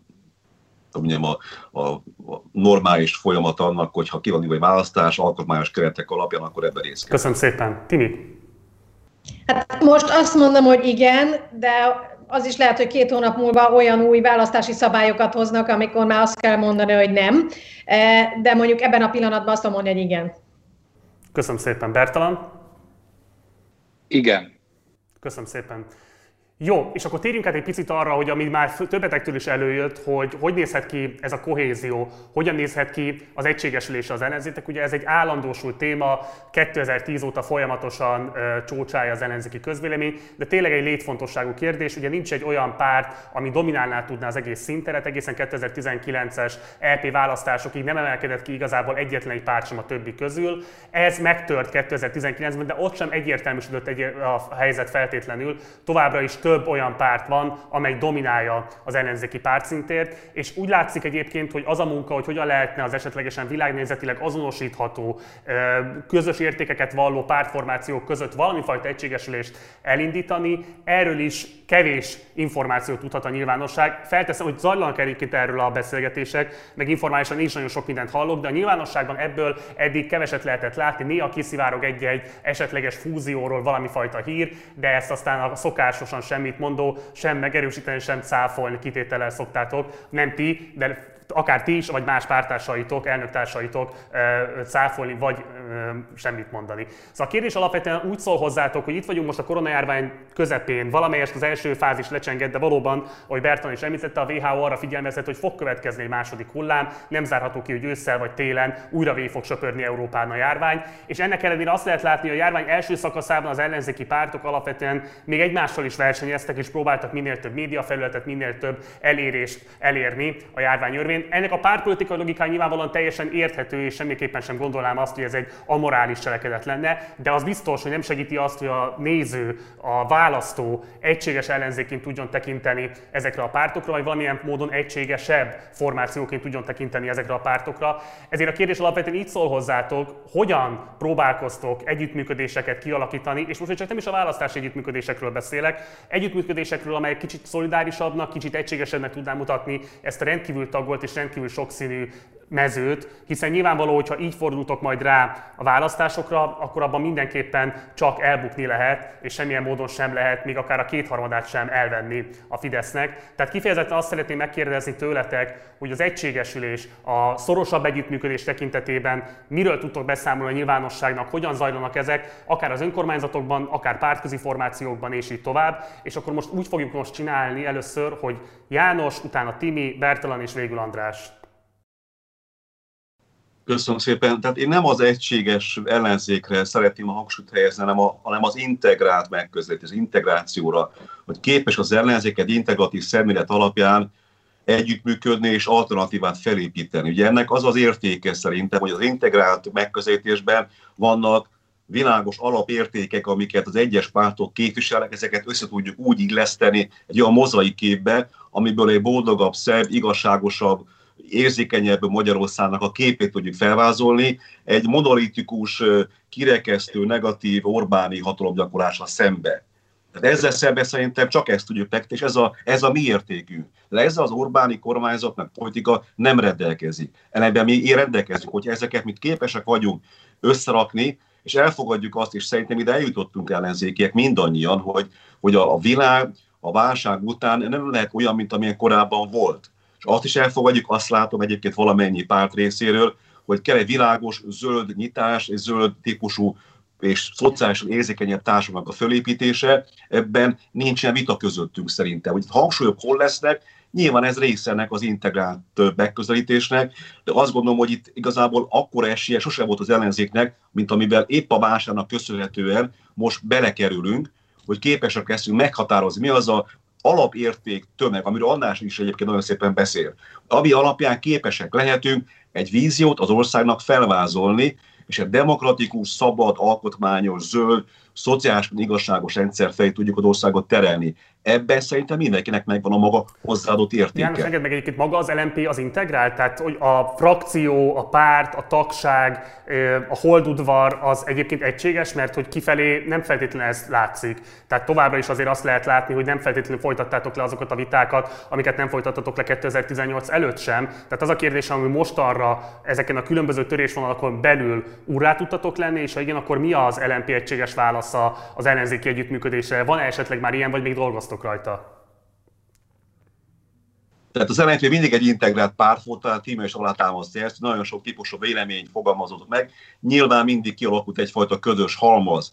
normális folyamat annak, hogy ha ki van egy választás, alkotmányos keretek alapján, akkor ebben részt kell. Köszönöm szépen. Timi? Hát most azt mondom, hogy igen, de az is lehet, hogy 2 hónap múlva olyan új választási szabályokat hoznak, amikor már azt kell mondani, hogy nem. De mondjuk ebben a pillanatban azt mondom, hogy igen. Köszönöm szépen. Bertalan? Igen. Köszönöm szépen. Jó, és akkor térjünk át egy picit arra, hogy ami már többetektől is előjött, hogy nézhet ki ez a kohézió, hogyan nézhet ki az egységesülése az ellenzéknek. Ugye ez egy állandósult téma, 2010 óta folyamatosan csócsálja az ellenzéki közvélemény, de tényleg egy létfontosságú kérdés. Ugye nincs egy olyan párt, ami dominálná tudná az egész színteret, egészen 2019-es EP választásokig nem emelkedett ki igazából egyetlen egy párt sem a többi közül. Ez megtört 2019-ben, de ott sem egyértelműsödött a helyzet feltétlenül. Továbbra is több olyan párt van, amely dominálja az ellenzéki pártszintért, és úgy látszik egyébként, hogy az a munka, hogy hogyan lehetne az esetlegesen világnézetileg azonosítható, közös értékeket valló pártformációk között valamifajta egységesülést elindítani, erről is kevés információt tudhat a nyilvánosság. Felteszem, hogy zajlanak egyébként erről a beszélgetések, meg informálisan is nagyon sok mindent hallok, de a nyilvánosságban ebből eddig keveset lehetett látni, néha kiszivárog egy-egy esetleges fúzióról valamifajta hír, de ezt aztán a szokásosan semmit mondó, sem megerősíteni, sem cáfolni kitétellel szoktátok, nem ti, de akár ti is, vagy más pártársaitok, elnöktársaitok cáfolni, vagy semmit mondani. Szóval a kérdés alapvetően úgy szól hozzátok, hogy itt vagyunk most a koronajárvány közepén, valamelyest az első fázis lecsengett, de valóban, ahogy Bertalan is említette, a WHO arra figyelmeztet, hogy fog következni egy második hullám, nem zárható ki, hogy ősszel vagy télen újra végig fog söpörni Európán a járvány, és ennek ellenére azt lehet látni, hogy a járvány első szakaszában az ellenzéki pártok alapvetően még egymással is versenyeztek, és próbáltak minél több médiafelületet, minél több elérést elérni a járvány örvén. Ennek a pártpolitikai logikája nyilvánvalóan teljesen érthető, és semmiképpen sem gondolnám azt, hogy ez egy amorális cselekedet lenne, de az biztos, hogy nem segíti azt, hogy a néző, a választó egységes ellenzékként tudjon tekinteni ezekre a pártokra, vagy valamilyen módon egységesebb formációként tudjon tekinteni ezekre a pártokra. Ezért a kérdés alapvetően így szól hozzátok, hogyan próbálkoztok együttműködéseket kialakítani, és most csak nem is a választási együttműködésekről beszélek, együttműködésekről, amelyek kicsit szolidárisabbnak, kicsit egységesebbnek tudná mutatni ezt a rendkívül tagolt és rendkívül sokszínű mezőt, hiszen nyilvánvaló, hogyha így fordultok majd rá a választásokra, akkor abban mindenképpen csak elbukni lehet, és semmilyen módon sem lehet még akár a kétharmadát sem elvenni a Fidesznek. Tehát kifejezetten azt szeretném megkérdezni tőletek, hogy az egységesülés, a szorosabb együttműködés tekintetében miről tudtok beszámolni a nyilvánosságnak, hogyan zajlanak ezek, akár az önkormányzatokban, akár pártközi formációkban, és így tovább. És akkor most úgy fogjuk most csinálni először, hogy János, utána Timi, Bertalan és végül András. Köszönöm szépen. Tehát én nem az egységes ellenzékre szeretném a hangsúlyt helyezni, hanem az integrált megközelítés, az integrációra, hogy képes az ellenzék egy integratív szemlélet alapján együttműködni és alternatívát felépíteni. Ugye ennek az az értéke szerintem, hogy az integrált megközelítésben vannak világos alapértékek, amiket az egyes pártok képviselnek, ezeket össze tudjuk úgy illeszteni egy olyan mozaikképbe, amiből egy boldogabb, szebb, igazságosabb, érzékenyebb Magyarországnak a képét tudjuk felvázolni, egy monolitikus, kirekesztő, negatív Orbáni hatalomgyakorlásra szembe. Tehát ezzel szemben szerintem csak ezt tudjuk megtenni, és ez a mi értékünk. De ezzel az Orbáni kormányzatnak politika nem rendelkezik. Ellenben mi rendelkezünk, hogyha ezeket mi képesek vagyunk összerakni, és elfogadjuk azt, és szerintem ide eljutottunk ellenzékiek mindannyian, hogy a világ a válság után nem lehet olyan, mint amilyen korábban volt. És azt is elfogadjuk, azt látom egyébként valamennyi párt részéről, hogy kell egy világos, zöld nyitás, egy zöld típusú és szociálisan érzékenyebb társadalomnak a fölépítése, ebben nincsen vita közöttünk szerintem. Hogy hangsúlyok hol lesznek, nyilván ez része ennek az integrált megközelítésnek, de azt gondolom, hogy itt igazából akkora esélye sosem volt az ellenzéknek, mint amivel épp a válságnak köszönhetően most belekerülünk, hogy képesek leszünk meghatározni, mi az a alapérték tömeg, amiről András is egyébként nagyon szépen beszél, ami alapján képesek lehetünk egy víziót az országnak felvázolni, és egy demokratikus, szabad, alkotmányos, zöld, szociális, igazságos rendszer felé tudjuk az országot terelni. Ebben szerintem mindenkinek megvan a maga hozzáadott értéke. János, engedd meg egyébként, maga az LMP az integrált? Tehát hogy a frakció, a párt, a tagság, a holdudvar az egyébként egységes, mert hogy kifelé nem feltétlenül ez látszik. Tehát továbbra is azért azt lehet látni, hogy nem feltétlenül folytattátok le azokat a vitákat, amiket nem folytattatok le 2018 előtt sem. Tehát az a kérdés, ami most arra ezeken a különböző törésvonalakon belül úrrá tudtatok lenni, és ha igen, akkor mi az LMP egységes válasza az ellenzéki együttműködésre? Van-e esetleg már ilyen, vagy még dolgoztok rajta? Tehát az LMP mindig egy integrált párt volt, tehát Tíme is alátámasztja ezt, nagyon sok típusú vélemény fogalmazott meg. Nyilván mindig kialakult egyfajta közös halmaz.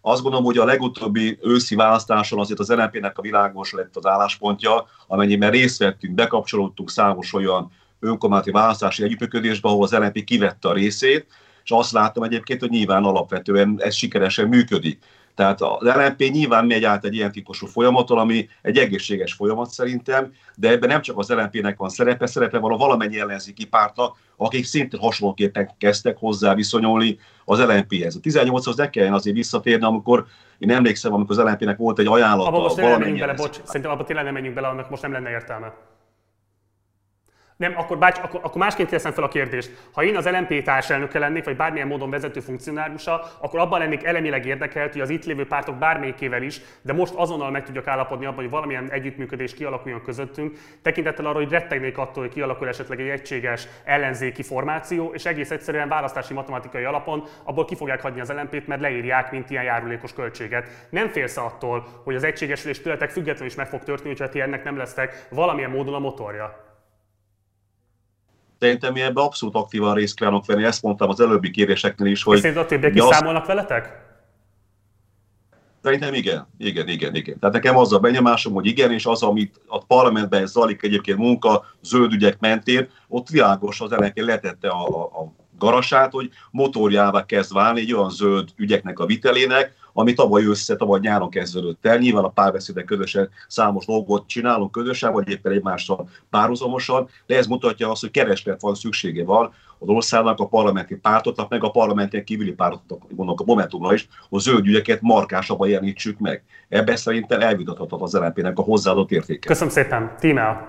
Azt gondolom, hogy a legutóbbi őszi választáson azért az LNP-nek a világos lett az álláspontja, amennyiben részt vettünk, bekapcsolódtunk számos olyan önkormányzati választási együttműködésbe, ahol az LNP kivette a részét, és azt láttam egyébként, hogy nyilván alapvetően ez sikeresen működik. Tehát az LNP nyilván megy át egy ilyen típusú folyamaton, ami egy egészséges folyamat szerintem, de ebben nem csak az LNP-nek van szerepe van a valamennyi ellenzéki pártnak, akik szintén hasonlóképpen kezdtek hozzá viszonyulni az LNP-hez. A 18-hoz ne kelljen azért visszatérni, amikor én emlékszem, amikor az LNP-nek volt egy ajánlata. Abba most nem menjünk bele, bocs, szerintem abba tényleg nem menjünk bele, annak most nem lenne értelme. Nem, akkor másként teszem fel a kérdést. Ha én az LNP társelnöke lennék, vagy bármilyen módon vezető funkcionárusa, akkor abban lennék elemileg érdekelt, hogy az itt lévő pártok bármelyikével is, de most azonnal meg tudjak állapodni abban, hogy valamilyen együttműködés kialakuljon közöttünk, tekintettel arra, hogy rettegnék attól, hogy kialakul esetleg egy egységes ellenzéki formáció, és egész egyszerűen választási matematikai alapon abból ki fogják hagyni az LNP-t, mert leírják, mint ilyen járulékos költséget. Nem félsz attól, hogy az egységesülés tőletek függetlenül is meg fog történni, hogyha ti ennek nem lesztek valamilyen módon a motorja. Szerintem mi ebben abszolút aktívan részt kívánok venni, ezt mondtam az előbbi kérdéseknél is, hogy... Szerintem a többiek is számolnak veletek? Szerintem igen. Tehát nekem az a benyomásom, hogy igen, és az, amit a parlamentben zajlik egyébként munka, zöld ügyek mentén, ott világos az LNP letette a garasát, hogy motorjává kezd válni egy olyan zöld ügyeknek a vitelének, ami tavaly nyáron kezdődött el. Nyilván a párbeszédek közösen számos dolgot csinálunk közösen, vagy éppen egymással párhuzamosan, de ez mutatja azt, hogy kereslet van, szüksége van az országnak, a parlamenti pártoknak, meg a parlamenten kívüli pártoknak, gondolok a Momentumra is, hogy zöld ügyeket markásabban jelenítsük meg. Ebben szerintem elvitathatatlan az LNP-nek a hozzáadott értéke. Köszönöm szépen. Tímea.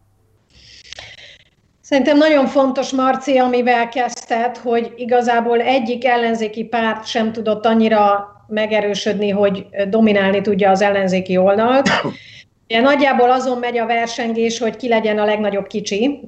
Szerintem nagyon fontos, Marci, amivel kezdted, hogy igazából egyik ellenzéki párt sem tudott annyira megerősödni, hogy dominálni tudja az ellenzéki oldalt. Nagyjából azon megy a versengés, hogy ki legyen a legnagyobb kicsi,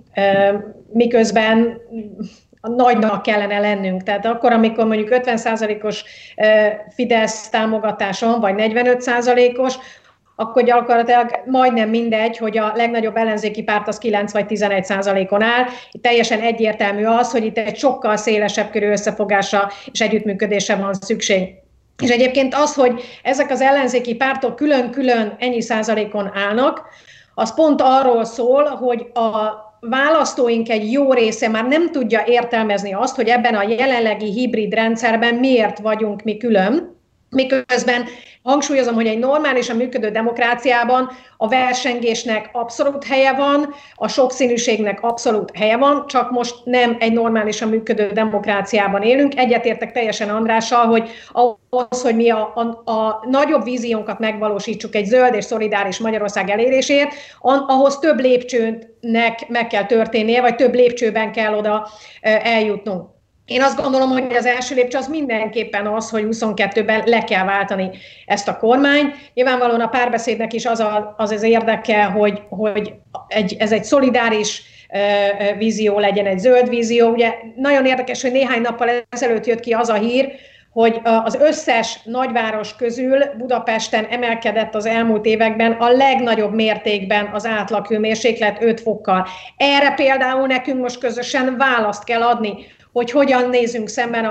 miközben nagynak kellene lennünk. Tehát akkor, amikor mondjuk 50%-os Fidesz támogatáson, vagy 45%-os, akkor gyakorlatilag majdnem mindegy, hogy a legnagyobb ellenzéki párt az 9 vagy 11%-on áll. Itt teljesen egyértelmű az, hogy itt egy sokkal szélesebb körű összefogásra és együttműködésre van szükség. És egyébként az, hogy ezek az ellenzéki pártok külön-külön ennyi százalékon állnak, az pont arról szól, hogy a választóink egy jó része már nem tudja értelmezni azt, hogy ebben a jelenlegi hibrid rendszerben miért vagyunk mi külön, miközben hangsúlyozom, hogy egy normálisan működő demokráciában a versengésnek abszolút helye van, a sokszínűségnek abszolút helye van, csak most nem egy normálisan működő demokráciában élünk. Egyetértek teljesen Andrással, hogy ahhoz, hogy mi a nagyobb víziónkat megvalósítsuk egy zöld és szolidáris Magyarország eléréséért, ahhoz több lépcsőnek meg kell történnie, vagy több lépcsőben kell oda eljutnunk. Én azt gondolom, hogy az első lépcső az mindenképpen az, hogy 22-ben le kell váltani ezt a kormányt. Nyilvánvalóan a párbeszédnek is az érdeke, hogy ez egy szolidáris vízió legyen, egy zöld vízió. Ugye nagyon érdekes, hogy néhány nappal ezelőtt jött ki az a hír, hogy az összes nagyváros közül Budapesten emelkedett az elmúlt években a legnagyobb mértékben az átlaghőmérséklet 5 fokkal. Erre például nekünk most közösen választ kell adni, hogy hogyan nézünk szemben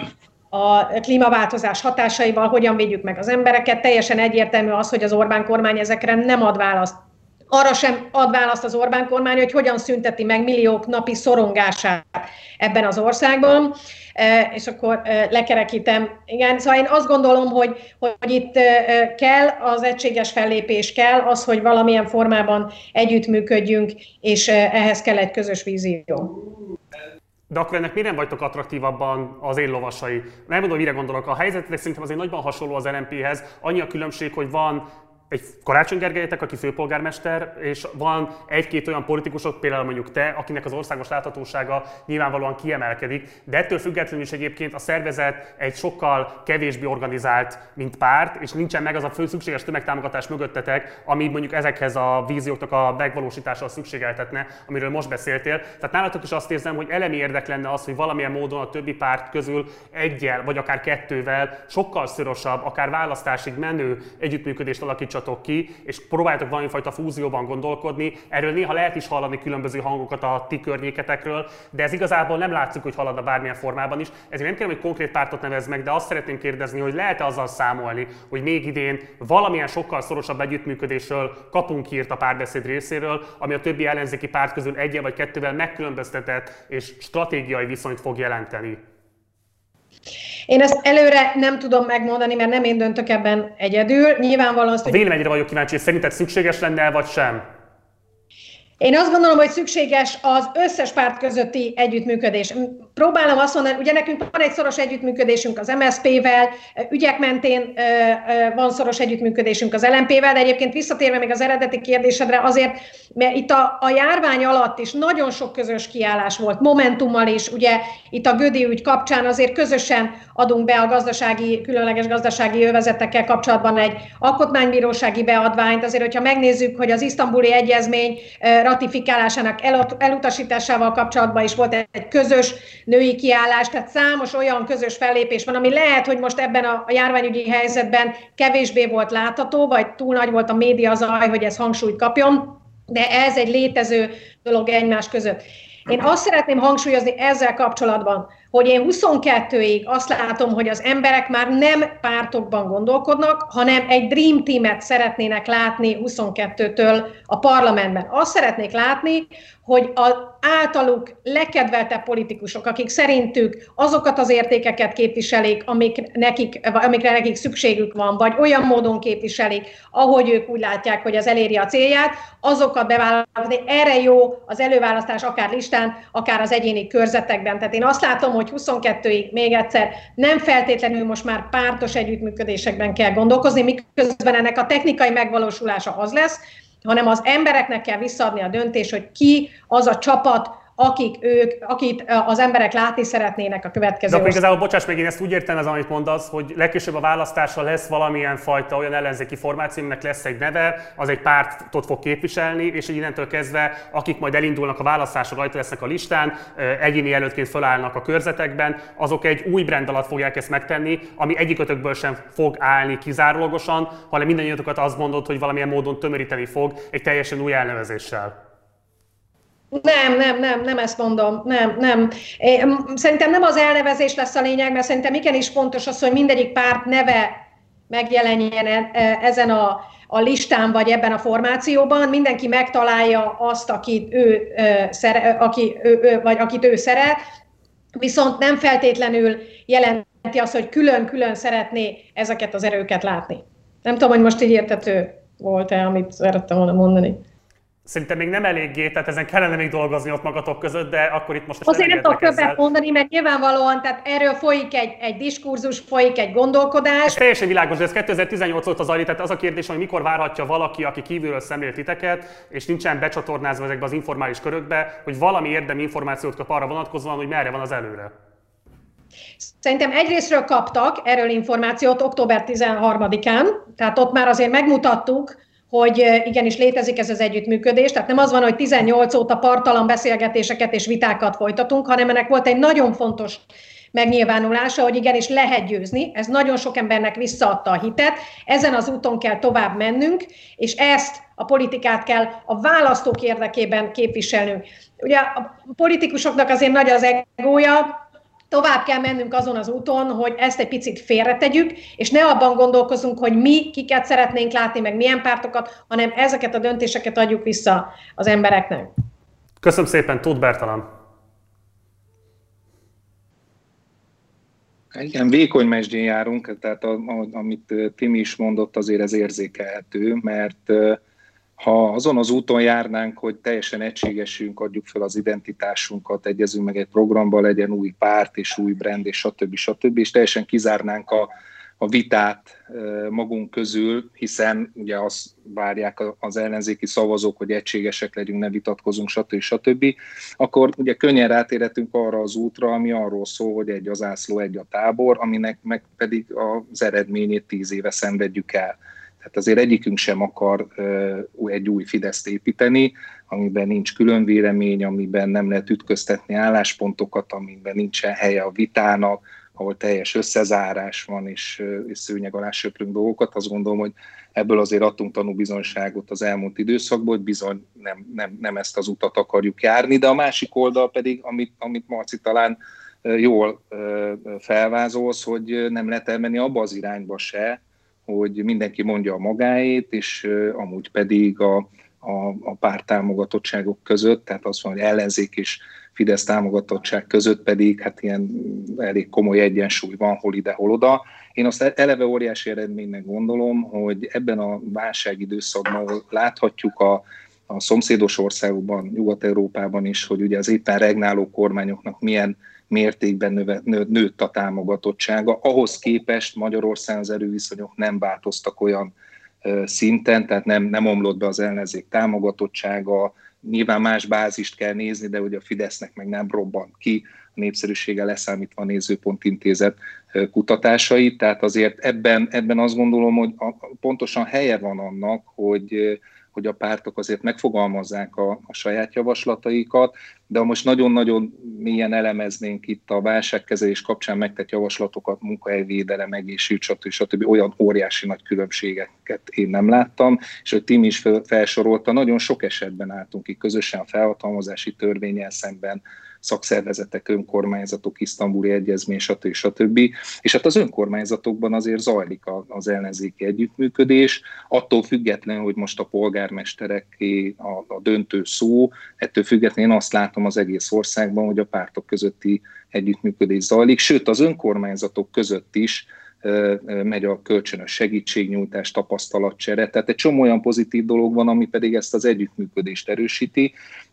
a klímaváltozás hatásaival, hogyan védjük meg az embereket. Teljesen egyértelmű az, hogy az Orbán kormány ezekre nem ad választ. Arra sem ad választ az Orbán kormány, hogy hogyan szünteti meg milliók napi szorongását ebben az országban. És akkor lekerekítem. Igen, szóval én azt gondolom, hogy itt kell az egységes fellépés, kell az, hogy valamilyen formában együttműködjünk, és ehhez kell egy közös vízió. De akkor ennek miért nem vagytok attraktívabban az én lovasai? Nem mondom, mire gondolok. A helyzetetek szerintem azért nagyban hasonló az LNP-hez. Annyi a különbség, hogy van egy Karácsony Gergelyetek, aki főpolgármester, és van egy-két olyan politikusok, például mondjuk te, akinek az országos láthatósága nyilvánvalóan kiemelkedik, de ettől függetlenül is egyébként a szervezet egy sokkal kevésbé organizált, mint párt, és nincsen meg az a fő szükséges tömegtámogatás mögöttetek, ami mondjuk ezekhez a vízióknak a megvalósításához szükségeltetne, amiről most beszéltél. Tehát nálatok is azt érzem, hogy elemi érdek lenne az, hogy valamilyen módon a többi párt közül egyel, vagy akár kettővel sokkal szorosabb, akár választásig menő együttműködést alakítsatok alakítsatok ki, és próbáljátok valamifajta fúzióban gondolkodni. Erről néha lehet is hallani különböző hangokat a ti környéketekről, de ez igazából nem látszik, hogy haladna bármilyen formában is. Ezért nem kérem, hogy konkrét pártot nevez meg, de azt szeretném kérdezni, hogy lehet-e azzal számolni, hogy még idén valamilyen sokkal szorosabb együttműködésről kapunk hírt a Párbeszéd részéről, ami a többi ellenzéki párt közül egyel vagy kettővel megkülönböztetett és stratégiai viszonyt fog jelenteni? Én ezt előre nem tudom megmondani, mert nem én döntök ebben egyedül. Nyilvánvalóan azt, a véleményre vagyok kíváncsi, és szerinted szükséges lenne, vagy sem? Én azt gondolom, hogy szükséges az összes párt közötti együttműködés. Próbálom azt mondani, ugye nekünk van egy szoros együttműködésünk az MSZP-vel, ügyek mentén van szoros együttműködésünk az LMP-vel, de egyébként visszatérve még az eredeti kérdésedre azért, mert itt a járvány alatt is nagyon sok közös kiállás volt, Momentummal is, ugye itt a Gödi ügy kapcsán azért közösen adunk be a különleges gazdasági övezetekkel kapcsolatban egy alkotmánybírósági beadványt. Azért, hogyha megnézzük, hogy az isztambuli egyezmény ratifikálásának elutasításával kapcsolatban is volt egy közös női kiállás, tehát számos olyan közös fellépés van, ami lehet, hogy most ebben a járványügyi helyzetben kevésbé volt látható, vagy túl nagy volt a média zaj, hogy ez hangsúlyt kapjon, de ez egy létező dolog egymás között. Én azt szeretném hangsúlyozni ezzel kapcsolatban, hogy én 22-ig azt látom, hogy az emberek már nem pártokban gondolkodnak, hanem egy dream teamet szeretnének látni 22-től a parlamentben. Azt szeretnék látni, hogy az általuk legkedveltebb politikusok, akik szerintük azokat az értékeket képviselik, amikre nekik szükségük van, vagy olyan módon képviselik, ahogy ők úgy látják, hogy ez eléri a célját, azokat beválasztani. Erre jó az előválasztás akár listán, akár az egyéni körzetekben. Tehát én azt látom, hogy 22-ig még egyszer nem feltétlenül most már pártos együttműködésekben kell gondolkozni, miközben ennek a technikai megvalósulása az lesz, hanem az embereknek kell visszaadni a döntést, hogy ki az a csapat, akit az emberek látni szeretnének a következő. De akkor igazából, bocsáss meg, én ezt úgy értelmezem, amit mondasz, hogy legkésőbb a választásra lesz valamilyen fajta olyan ellenzéki formáció, aminek lesz egy neve, az egy pártot fog képviselni, és innentől kezdve, akik majd elindulnak a választásra, rajta lesznek a listán, egyéni jelöltként fölállnak a körzetekben, azok egy új brand alatt fogják ezt megtenni, ami egyikőtökből sem fog állni kizárólagosan, hanem mindannyiatokat azt mondod, hogy valamilyen módon tömöríteni fog egy teljesen új elnevezéssel. Nem ezt mondom, nem. Szerintem nem az elnevezés lesz a lényeg, mert szerintem igenis fontos az, hogy mindegyik párt neve megjelenjen ezen a listán, vagy ebben a formációban. Mindenki megtalálja azt, akit ő szeret, viszont nem feltétlenül jelenti azt, hogy külön-külön szeretné ezeket az erőket látni. Nem tudom, hogy most így érthető volt-e, amit szerettem volna mondani. Szerintem még nem eléggé, tehát ezen kellene még dolgozni ott magatok között, de akkor itt most azért nem tudok többet mondani, mert nyilvánvalóan, tehát erről folyik egy diskurzus, folyik egy gondolkodás. Ez teljesen világos, de ez 2018 óta zajlik, tehát az a kérdés, hogy mikor várhatja valaki, aki kívülről szemlél titeket, és nincsen becsatornázva ezekbe az informális körökbe, hogy valami érdemi információt kap arra vonatkozóan, hogy merre van az előre. Szerintem egyrésztről kaptak erről információt október 13-án, tehát ott már azért megmutattuk, hogy igenis létezik ez az együttműködés, tehát nem az van, hogy 18 óta parttalan beszélgetéseket és vitákat folytatunk, hanem ennek volt egy nagyon fontos megnyilvánulása, hogy igenis lehet győzni, ez nagyon sok embernek visszaadta a hitet, ezen az úton kell tovább mennünk, és ezt a politikát kell a választók érdekében képviselnünk. Ugye a politikusoknak azért nagy az egója, tovább kell mennünk azon az úton, hogy ezt egy picit félretegyük, és ne abban gondolkozunk, hogy mi kiket szeretnénk látni, meg milyen pártokat, hanem ezeket a döntéseket adjuk vissza az embereknek. Köszönöm szépen, Tóth Bertalan. Igen, vékony mesdjén járunk, tehát amit Timi is mondott, azért ez érzékelhető, mert ha azon az úton járnánk, hogy teljesen egységesünk, adjuk fel az identitásunkat, egyezünk meg egy programba, legyen új párt és új brand, és stb. És teljesen kizárnánk a vitát magunk közül, hiszen ugye azt várják az ellenzéki szavazók, hogy egységesek legyünk, ne vitatkozunk, stb. Akkor ugye könnyen rátérhetünk arra az útra, ami arról szól, hogy egy a zászló, egy a tábor, aminek meg pedig az eredményét 10 éve szenvedjük el. Tehát azért egyikünk sem akar egy új Fideszt építeni, amiben nincs külön vélemény, amiben nem lehet ütköztetni álláspontokat, amiben nincsen helye a vitának, ahol teljes összezárás van, és szőnyeg alá söprünk dolgokat. Azt gondolom, hogy ebből azért adtunk tanúbizonyságot az elmúlt időszakban, hogy bizony nem ezt az utat akarjuk járni, de a másik oldal pedig, amit Marci talán jól felvázolsz, hogy nem lehet elmenni abba az irányba se, hogy mindenki mondja a magáét, és amúgy pedig a párt támogatottságok között, tehát azt mondja, hogy ellenzék és Fidesz támogatottság között pedig hát ilyen elég komoly egyensúly van, hol ide, hol oda. Én azt eleve óriási eredménynek gondolom, hogy ebben a válságidőszakban láthatjuk a szomszédos országokban, Nyugat-Európában is, hogy ugye az éppen regnáló kormányoknak milyen mértékben nőtt a támogatottsága. Ahhoz képest Magyarországon az erőviszonyok nem változtak olyan szinten, tehát nem omlott be az ellenzék támogatottsága. Nyilván más bázist kell nézni, de ugye a Fidesznek meg nem robbant ki, a népszerűsége leszámítva a Nézőpont Intézet kutatásait. Tehát azért ebben azt gondolom, hogy pontosan helye van annak, hogy a pártok azért megfogalmazzák a saját javaslataikat, de most nagyon-nagyon mélyen elemeznénk itt a válságkezelés kapcsán megtett javaslatokat, munkahelyvédelem, egészség, stb. Olyan óriási nagy különbségeket én nem láttam, és hogy Tim is felsorolta, nagyon sok esetben álltunk ki közösen a felhatalmazási törvénnyel szemben, szakszervezetek, önkormányzatok, isztambuli egyezmény, stb. És hát az önkormányzatokban azért zajlik az ellenzéki együttműködés, attól függetlenül, hogy most a polgármestereké a döntő szó, ettől függetlenül én azt látom az egész országban, hogy a pártok közötti együttműködés zajlik, sőt az önkormányzatok között is megy a kölcsönös segítségnyújtás, tapasztalatcsere, tehát egy csomó olyan pozitív dolog van, ami pedig ezt az együttműködést erősíti,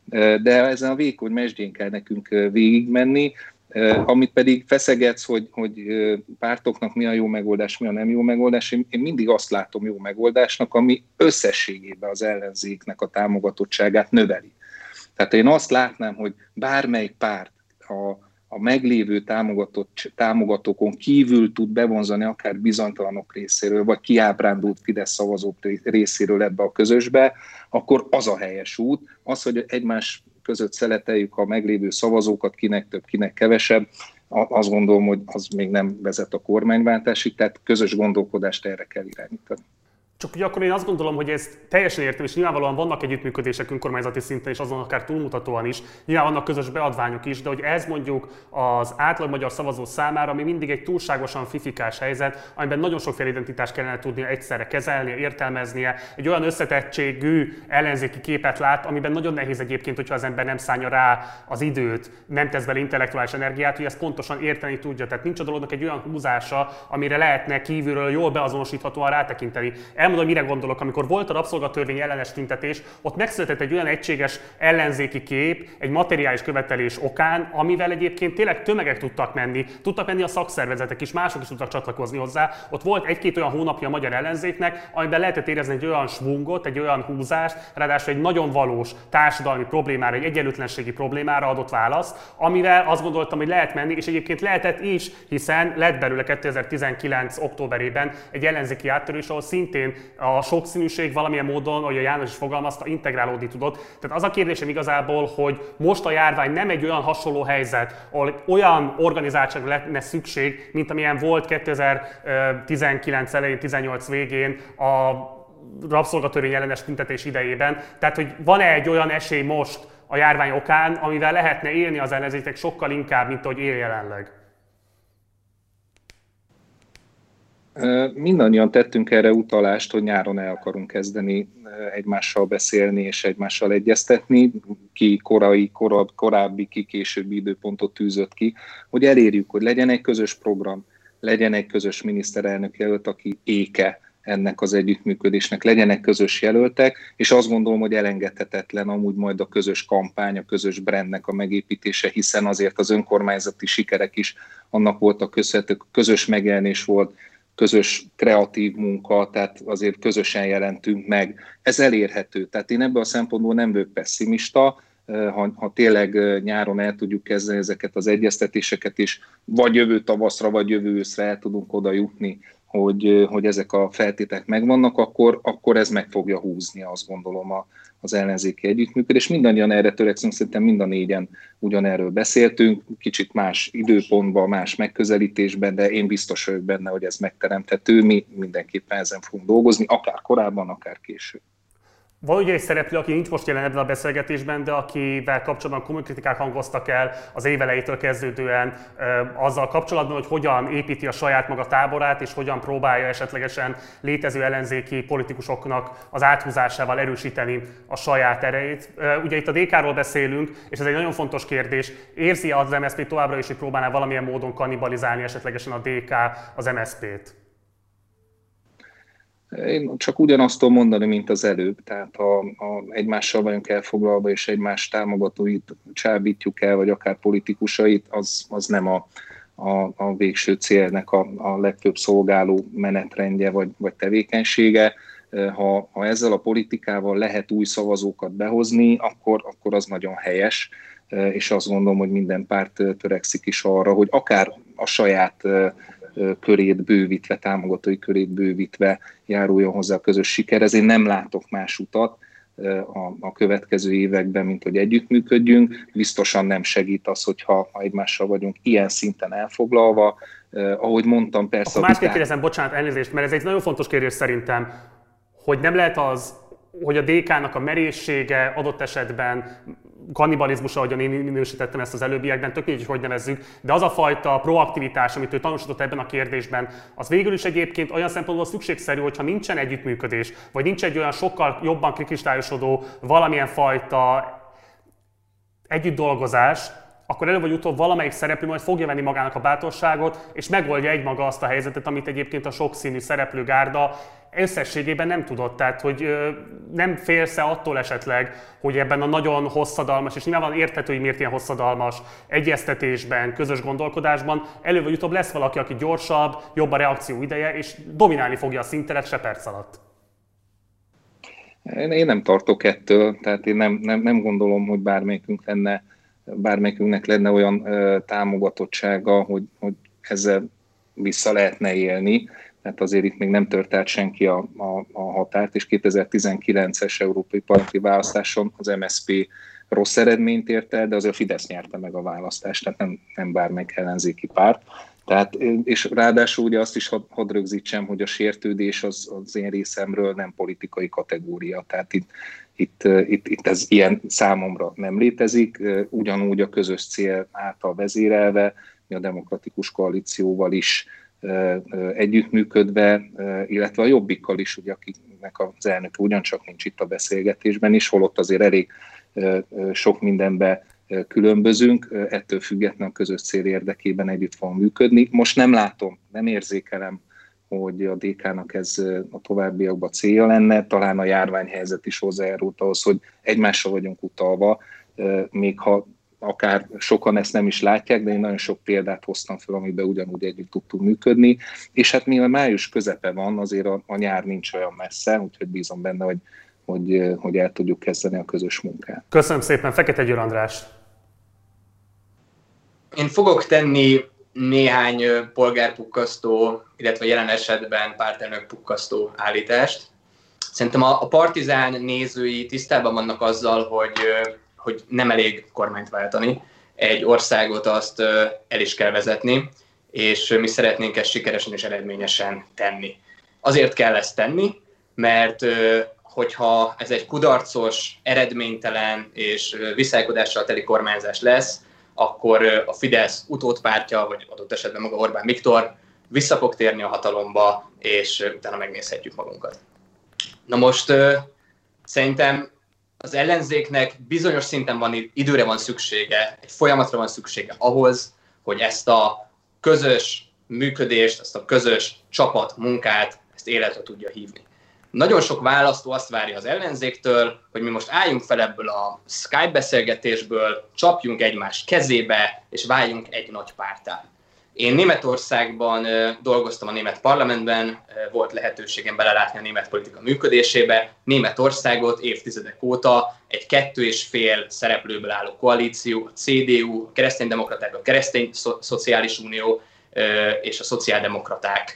de ezen a vékony mesdjén kell nekünk végigmenni, amit pedig feszegetsz, hogy pártoknak mi a jó megoldás, mi a nem jó megoldás, én mindig azt látom jó megoldásnak, ami összességében az ellenzéknek a támogatottságát növeli. Tehát én azt látnám, hogy bármelyik párt a meglévő támogatókon kívül tud bevonzani akár bizonytalanok részéről, vagy kiábrándult Fidesz szavazók részéről ebbe a közösbe, akkor az a helyes út. Az, hogy egymás között szeleteljük a meglévő szavazókat, kinek több, kinek kevesebb, azt gondolom, hogy az még nem vezet a kormányváltásig, tehát közös gondolkodást erre kell irányítani. Csak ugye akkor én azt gondolom, hogy ez teljesen értem, és nyilvánvalóan vannak együttműködések önkormányzati szinten, és azon akár túlmutatóan is, nyilván vannak közös beadványok is, de hogy ez mondjuk az átlag magyar szavazó számára, ami mindig egy túlságosan fifikás helyzet, amiben nagyon sokféle identitást kellene tudnia egyszerre kezelnie, értelmeznie, egy olyan összetettségű ellenzéki képet lát, amiben nagyon nehéz egyébként, hogyha az ember nem szánja rá az időt, nem tesz bele intellektuális energiát, hogy ezt pontosan érteni tudja. Tehát nincs a dolognak egy olyan húzása, amire lehetne kívülről jól beazonosíthatóan rátekinteni. Elmondom, mire gondolok, amikor volt a rabszolgatörvény ellenes tüntetés, ott megszületett egy olyan egységes ellenzéki kép, egy materiális követelés okán, amivel egyébként tényleg tömegek tudtak menni a szakszervezetek is, mások is tudtak csatlakozni hozzá. Ott volt egy-két olyan hónapja a magyar ellenzéknek, amiben lehetett érezni egy olyan svungot, egy olyan húzást, ráadásul egy nagyon valós társadalmi problémára, egy egyenlőtlenségi problémára adott választ, amivel azt gondoltam, hogy lehet menni, és egyébként lehetett is, hiszen lett belőle 2019. októberében egy ellenzéki áttörés, ahol szintén a sokszínűség valamilyen módon, ahogy a János is fogalmazta, integrálódni tudott. Tehát az a kérdésem igazából, hogy most a járvány nem egy olyan hasonló helyzet, ahol olyan organizáltságra lenne szükség, mint amilyen volt 2019 elején, 18 végén a rabszolgatörvény ellenes tüntetés idejében. Tehát, hogy van-e egy olyan esély most a járvány okán, amivel lehetne élni az ellenzéknek sokkal inkább, mint ahogy él jelenleg? Mindannyian tettünk erre utalást, hogy nyáron el akarunk kezdeni egymással beszélni és egymással egyeztetni, ki korábbi, ki későbbi időpontot tűzött ki, hogy elérjük, hogy legyen egy közös program, legyen egy közös miniszterelnök jelölt, aki éke ennek az együttműködésnek, legyenek közös jelöltek, és azt gondolom, hogy elengedhetetlen amúgy majd a közös kampány, a közös brandnek a megépítése, hiszen azért az önkormányzati sikerek is annak voltak köszönhetők, közös megjelenés volt, közös kreatív munka, tehát azért közösen jelentünk meg. Ez elérhető. Tehát én ebből a szempontból nem vagyok pesszimista, ha tényleg nyáron el tudjuk kezdeni ezeket az egyeztetéseket is, vagy jövő tavaszra, vagy jövő őszre el tudunk oda jutni, hogy ezek a feltételek megvannak, akkor ez meg fogja húzni, azt gondolom, az ellenzéki együttműködés. Mindannyian erre törekszünk, szerintem mind a négyen ugyanerről beszéltünk, kicsit más időpontban, más megközelítésben, de én biztos vagyok benne, hogy ez megteremthető, mi mindenképpen ezen fogunk dolgozni, akár korábban, akár később. Van ugye egy szereplő, aki nincs most jelen ebben a beszélgetésben, de akivel kapcsolatban komoly kritikák hangoztak el az év elejétől kezdődően azzal kapcsolatban, hogy hogyan építi a saját maga táborát, és hogyan próbálja esetlegesen létező ellenzéki politikusoknak az áthúzásával erősíteni a saját erejét. Ugye itt a DK-ról beszélünk, és ez egy nagyon fontos kérdés. Érzi az MSZP továbbra is, hogy próbálná valamilyen módon kannibalizálni esetlegesen a DK az MSZP-t? Én csak ugyanazt tudom mondani, mint az előbb, tehát ha egymással vagyunk elfoglalva, és egymás támogatóit csábítjuk el, vagy akár politikusait, az nem a végső célnek a legfőbb szolgáló menetrendje, vagy tevékenysége. Ha ezzel a politikával lehet új szavazókat behozni, akkor az nagyon helyes, és azt gondolom, hogy minden párt törekszik is arra, hogy akár a saját körét bővítve, támogatói körét bővítve járuljon hozzá a közös sikerhez. Én nem látok más utat a következő években, mint hogy együttműködjünk. Biztosan nem segít az, hogyha egymással vagyunk ilyen szinten elfoglalva. Ahogy mondtam, persze... Akkor másképp kérdezem, bocsánat, elnézést, mert ez egy nagyon fontos kérdés szerintem, hogy nem lehet az, hogy a DK-nak a merészsége adott esetben kannibalizmus, ahogyan én minősítettem ezt az előbbiekben, tök mindegy, hogy nevezzük, de az a fajta proaktivitás, amit ő tanúsított ebben a kérdésben, az végül is egyébként olyan szempontból szükségszerű, hogyha nincsen együttműködés, vagy nincs egy olyan sokkal jobban kristályosodó valamilyen fajta együttdolgozás, akkor előbb vagy utóbb valamelyik szereplő majd fogja venni magának a bátorságot, és megoldja egymaga azt a helyzetet, amit egyébként a sokszínű szereplőgárda összességében nem tudott. Tehát, hogy nem félsz-e attól esetleg, hogy ebben a nagyon hosszadalmas, és nyilván érthető, hogy miért ilyen hosszadalmas egyeztetésben, közös gondolkodásban előbb vagy utóbb lesz valaki, aki gyorsabb, jobb a reakció ideje, és dominálni fogja a szinteret se perc alatt. Én nem tartok ettől, tehát én nem gondolom, hogy bármelyikünknek lenne olyan támogatottsága, hogy ezzel vissza lehetne élni. Tehát azért itt még nem tört át senki a határt, és 2019-es európai parlamenti választáson az MSZP rossz eredményt ért el, de azért a Fidesz nyerte meg a választást, tehát nem bármelyik ellenzéki párt. Tehát, és ráadásul ugye azt is hadd rögzítsem, hogy a sértődés az én részemről nem politikai kategória. Tehát itt ez ilyen számomra nem létezik, ugyanúgy a közös cél által vezérelve, mi a demokratikus koalícióval is együttműködve, illetve a Jobbikkal is, ugye, akiknek az elnöke ugyancsak nincs itt a beszélgetésben is, holott azért elég sok mindenben különbözünk, ettől függetlenül a közös cél érdekében együtt fogunk működni. Most nem látom, nem érzékelem, hogy a DK-nak ez a továbbiakban célja lenne, talán a járványhelyzet is hozzájárult ahhoz, hogy egymásra vagyunk utalva, még ha akár sokan ezt nem is látják, de én nagyon sok példát hoztam fel, amiben ugyanúgy együtt tudtunk működni, és hát mivel május közepe van, azért a nyár nincs olyan messze, úgyhogy bízom benne, hogy el tudjuk kezdeni a közös munkát. Köszönöm szépen, Fekete Győr András! Én fogok tenni néhány polgárpukkasztó, illetve jelen esetben pártelnök pukkasztó állítást. Szerintem a Partizán nézői tisztában vannak azzal, hogy nem elég kormányt váltani. Egy országot azt el is kell vezetni, és mi szeretnénk ezt sikeresen és eredményesen tenni. Azért kell ezt tenni, mert hogyha ez egy kudarcos, eredménytelen és viszálykodással teli kormányzás lesz, akkor a Fidesz utódpártja, vagy adott esetben maga Orbán Viktor vissza fog térni a hatalomba, és utána megnézhetjük magunkat. Na most szerintem az ellenzéknek bizonyos szinten időre van szüksége, egy folyamatra van szüksége ahhoz, hogy ezt a közös működést, ezt a közös csapatmunkát, ezt életre tudja hívni. Nagyon sok választó azt várja az ellenzéktől, hogy mi most álljunk fel ebből a Skype beszélgetésből, csapjunk egymás kezébe, és váljunk egy nagy párttá. Én Németországban dolgoztam a német parlamentben, volt lehetőségem belelátni a német politika működésébe. Németországot évtizedek óta egy 2,5 szereplőből álló koalíció, a CDU, a kereszténydemokraták, a Keresztény Szociális Unió és a szociáldemokraták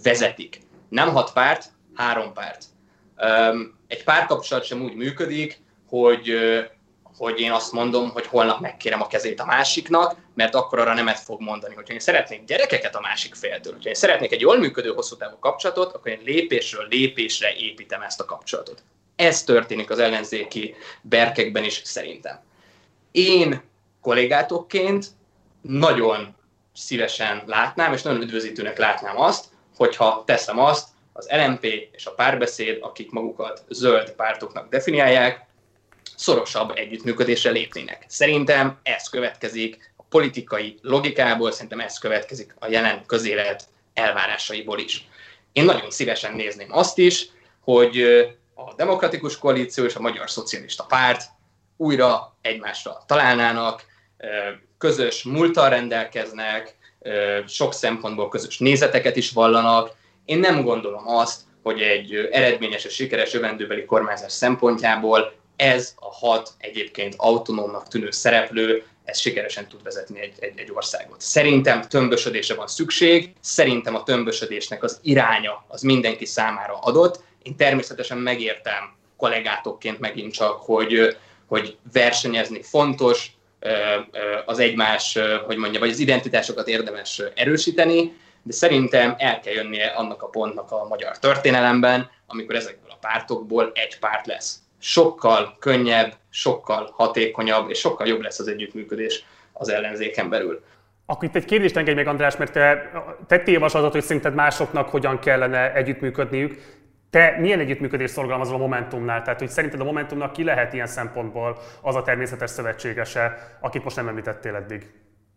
vezetik. Nem 6 párt, 3 párt. Egy pártkapcsolat sem úgy működik, hogy én azt mondom, hogy holnap megkérem a kezét a másiknak, mert akkor arra nemet fog mondani. Hogyha én szeretnék gyerekeket a másik féltől, hogyha én szeretnék egy jól működő hosszú távú kapcsolatot, akkor én lépésről lépésre építem ezt a kapcsolatot. Ez történik az ellenzéki berkekben is szerintem. Én kollégátokként nagyon szívesen látnám, és nagyon üdvözítőnek látnám azt, hogyha teszem azt, az LMP és a Párbeszéd, akik magukat zöld pártoknak definiálják, szorosabb együttműködésre lépnének. Szerintem ez következik a politikai logikából, szerintem ez következik a jelen közélet elvárásaiból is. Én nagyon szívesen nézném azt is, hogy a Demokratikus Koalíció és a Magyar Szocialista Párt újra egymásra találnának, közös múlttal rendelkeznek, sok szempontból közös nézeteket is vallanak. Én nem gondolom azt, hogy egy eredményes és sikeres jövendőbeli kormányzás szempontjából ez a 6 egyébként autonómnak tűnő szereplő, ez sikeresen tud vezetni egy országot. Szerintem tömbösödésre van szükség, szerintem a tömbösödésnek az iránya az mindenki számára adott. Én természetesen megértem kollégátokként megint csak, hogy versenyezni fontos, az egymás, vagy az identitásokat érdemes erősíteni, de szerintem el kell jönnie annak a pontnak a magyar történelemben, amikor ezekből a pártokból egy párt lesz. Sokkal könnyebb, sokkal hatékonyabb, és sokkal jobb lesz az együttműködés az ellenzéken belül. Akkor itt egy kérdést engedj meg, András, mert te tettél javaslatot, hogy szerinted másoknak hogyan kellene együttműködniük. Te milyen együttműködést szorgalmazol a Momentumnál? Tehát, hogy szerinted a Momentumnak ki lehet ilyen szempontból az a természetes szövetségese, akit most nem említettél eddig?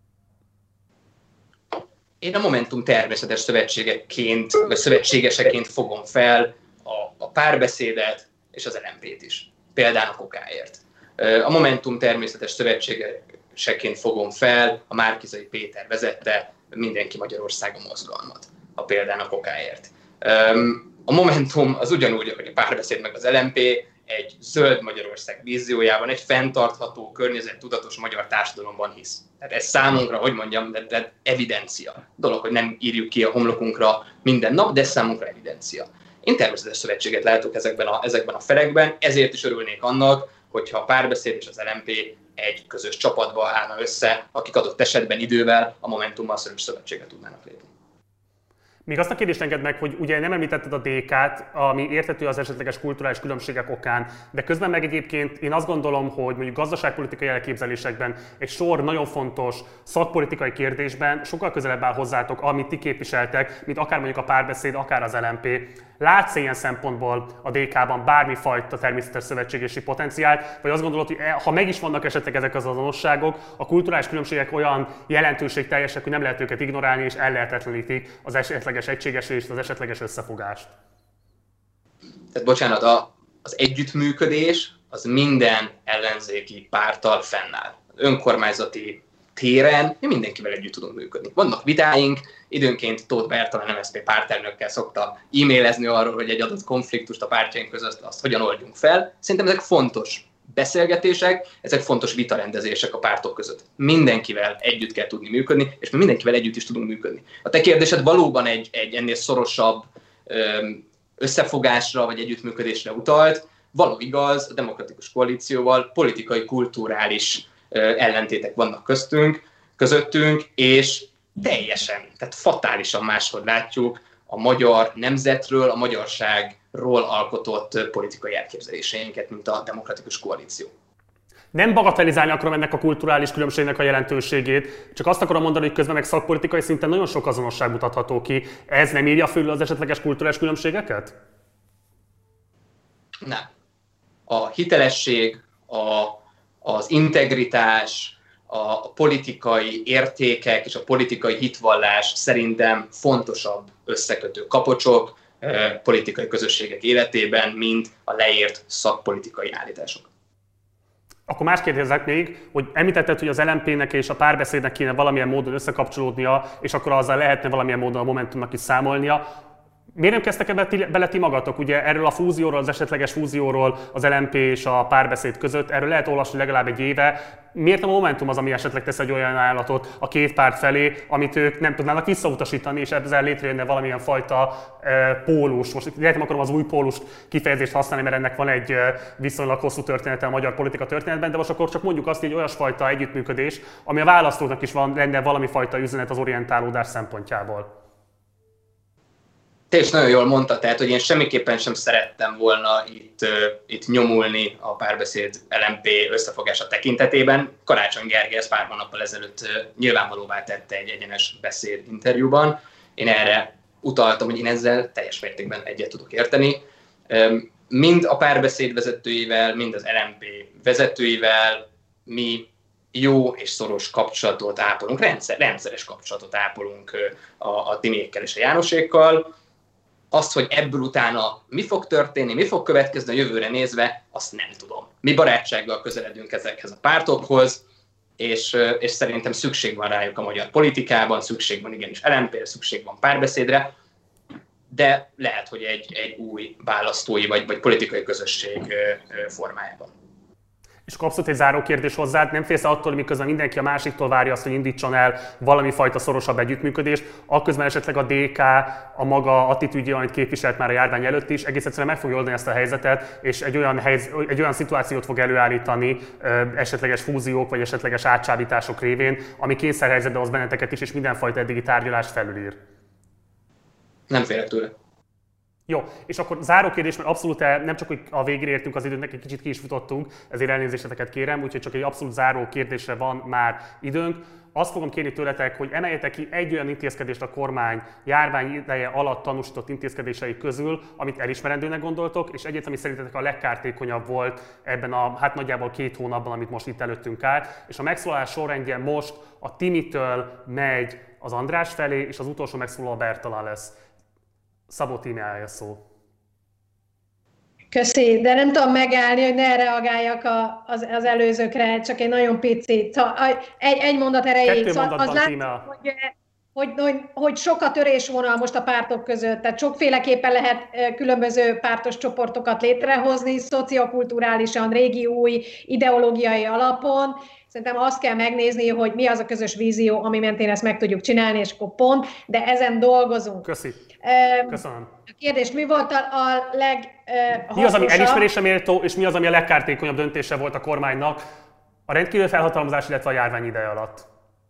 Én a Momentum természetes szövetségeseként fogom fel a Párbeszédet és az LMP-t is. Például a Kokáért. A Momentum természetes szövetségeseként fogom fel a Márki-Zay Péter vezette Mindenki Magyarországon mozgalmat. Például a Kokáért. A Momentum az ugyanúgy, hogy a Párbeszéd meg az LMP egy zöld Magyarország víziójában, egy fenntartható, környezettudatos magyar társadalomban hisz. Tehát ez számunkra, hogy mondjam, de evidencia. Dolog, hogy nem írjuk ki a homlokunkra minden nap, de ez számunkra evidencia. Én természetes szövetséget látok ezekben a felekben, ezért is örülnék annak, hogyha a Párbeszéd és az LMP egy közös csapatba állna össze, akik adott esetben idővel a Momentummal szoros szövetséget tudnának lépni. Még azt a kérdést engedd meg, hogy ugye nem említetted a DK-t, ami érthető az esetleges kulturális különbségek okán, de közben meg egyébként én azt gondolom, hogy mondjuk gazdaságpolitikai elképzelésekben egy sor nagyon fontos szakpolitikai kérdésben sokkal közelebb áll hozzátok, amit ti képviseltek, mint akár mondjuk a Párbeszéd, akár az LMP. Látsz ilyen szempontból a DK-ban bármifajta természetes szövetségesi potenciált, vagy azt gondolod, hogy ha meg is vannak esetleg ezek az azonosságok, a kulturális különbségek olyan jelentőségteljesek, hogy nem lehet őket ignorálni, és ellehetetlenítik az esetleges egységesülést, az esetleges összefogást? Tehát bocsánat, az együttműködés az minden ellenzéki párttal fennáll. Az önkormányzati téren mi mindenkivel együtt tudunk működni. Vannak vitáink, időnként Tóth Bertalan MSZP pártelnökkel szokta e-mailezni arról, hogy egy adott konfliktust a pártjaink között azt hogyan oldjunk fel. Szerintem ezek fontos beszélgetések, ezek fontos vitarendezések a pártok között. Mindenkivel együtt kell tudni működni, és mi mindenkivel együtt is tudunk működni. A te kérdésed valóban egy ennél szorosabb összefogásra vagy együttműködésre utalt. Való igaz, a Demokratikus Koalícióval politikai, kulturális ellentétek vannak közöttünk, és teljesen, tehát fatálisan máshogy látjuk a magyar nemzetről, a magyarságról alkotott politikai elképzeléseinket, mint a Demokratikus Koalíció. Nem bagatelizálni akarom ennek a kulturális különbségnek a jelentőségét, csak azt akarom mondani, hogy közben meg szakpolitikai szinten nagyon sok azonosság mutatható ki. Ez nem írja fölül az esetleges kulturális különbségeket? Nem. A hitelesség, az integritás, a politikai értékek és a politikai hitvallás szerintem fontosabb összekötő kapocsok politikai közösségek életében, mint a leírt szakpolitikai állítások. Akkor más kérdezek még, hogy említetted, hogy az LMP-nek és a Párbeszédnek kéne valamilyen módon összekapcsolódnia, és akkor azzal lehetne valamilyen módon a Momentumnak is számolnia. Miért nem kezdtek bele ti magatok? Ugye erről a fúzióról, az esetleges fúzióról az LMP és a Párbeszéd között, erről lehet olvasni legalább egy éve. Miért nem a Momentum az, ami esetleg tesz egy olyan ajánlatot a két párt felé, amit ők nem tudnának visszautasítani, és ezzel létrejönne valamilyen fajta pólus? Most lehet, nem akarom az új pólus kifejezést használni, mert ennek van egy viszonylag hosszú története a magyar politika történetben, de most akkor csak mondjuk azt, hogy olyasfajta együttműködés, ami a választóknak is lenne valami fajta üzenet az orientálódás szempontjából. Te is nagyon jól mondta, tehát, hogy én semmiképpen sem szerettem volna itt nyomulni a Párbeszéd LMP összefogása tekintetében. Karácsony Gergely ezt pár hónappal ezelőtt nyilvánvalóvá tette egy egyenes beszéd interjúban. Én erre utaltam, hogy én ezzel teljes mértékben egyet tudok érteni. Mind a Párbeszéd vezetőivel, mind az LMP vezetőivel mi jó és szoros kapcsolatot ápolunk, rendszeres kapcsolatot ápolunk a Timiékkel és a Jánosékkal. Azt, hogy ebből utána mi fog történni, mi fog következni a jövőre nézve, azt nem tudom. Mi barátsággal közeledünk ezekhez a pártokhoz, és szerintem szükség van rájuk a magyar politikában, szükség van igenis LMP-re, szükség van Párbeszédre, de lehet, hogy egy új választói vagy politikai közösség formájában. És akkor abszolút egy záró kérdés hozzád, nem félsz attól, miközben mindenki a másiktól várja azt, hogy indítson el valami fajta szorosabb együttműködést, akközben esetleg a DK a maga attitűdje, amit képviselt már a járvány előtt is, egész egyszerűen meg fogja oldani ezt a helyzetet, és egy olyan szituációt fog előállítani esetleges fúziók vagy esetleges átcsábítások révén, ami kényszerhelyzetbe hoz benneteket is, és mindenfajta eddigi tárgyalást felülír. Nem félek tőle. Jó, és akkor záró kérdés, mert abszolút nem csak, hogy a végére értünk az időnek, egy kicsit ki is futottunk, ezért elnézéseteket kérem, úgyhogy csak egy abszolút záró kérdésre van már időnk. Azt fogom kérni tőletek, hogy emeljetek ki egy olyan intézkedést a kormány járvány ideje alatt tanúsított intézkedései közül, amit elismerendőnek gondoltok, és egyet, ami szerintetek a legkártékonyabb volt ebben a nagyjából 2 hónapban, amit most itt előttünk áll. És a megszólalás sorrendje most a Timitől megy az András felé, és az utolsó megszólaló a Bertalan lesz. Szabó Tímeája szó. Köszi, de nem tudom megállni, hogy ne reagáljak az előzőkre, csak egy nagyon pici. Egy mondat erejéig. 2 mondatban, az látszik, hogy sok a törésvonal most a pártok között, tehát sokféleképpen lehet különböző pártos csoportokat létrehozni, szociokulturálisan, régi új, ideológiai alapon. Szerintem azt kell megnézni, hogy mi az a közös vízió, ami mentén ezt meg tudjuk csinálni, és akkor pont, de ezen dolgozunk. Köszi. Köszönöm. A kérdés, mi volt a leghasznosabb? Mi az, ami elismerésre méltó, és mi az, ami a legkártékonyabb döntése volt a kormánynak a rendkívül felhatalmazás, illetve a járvány ideje alatt?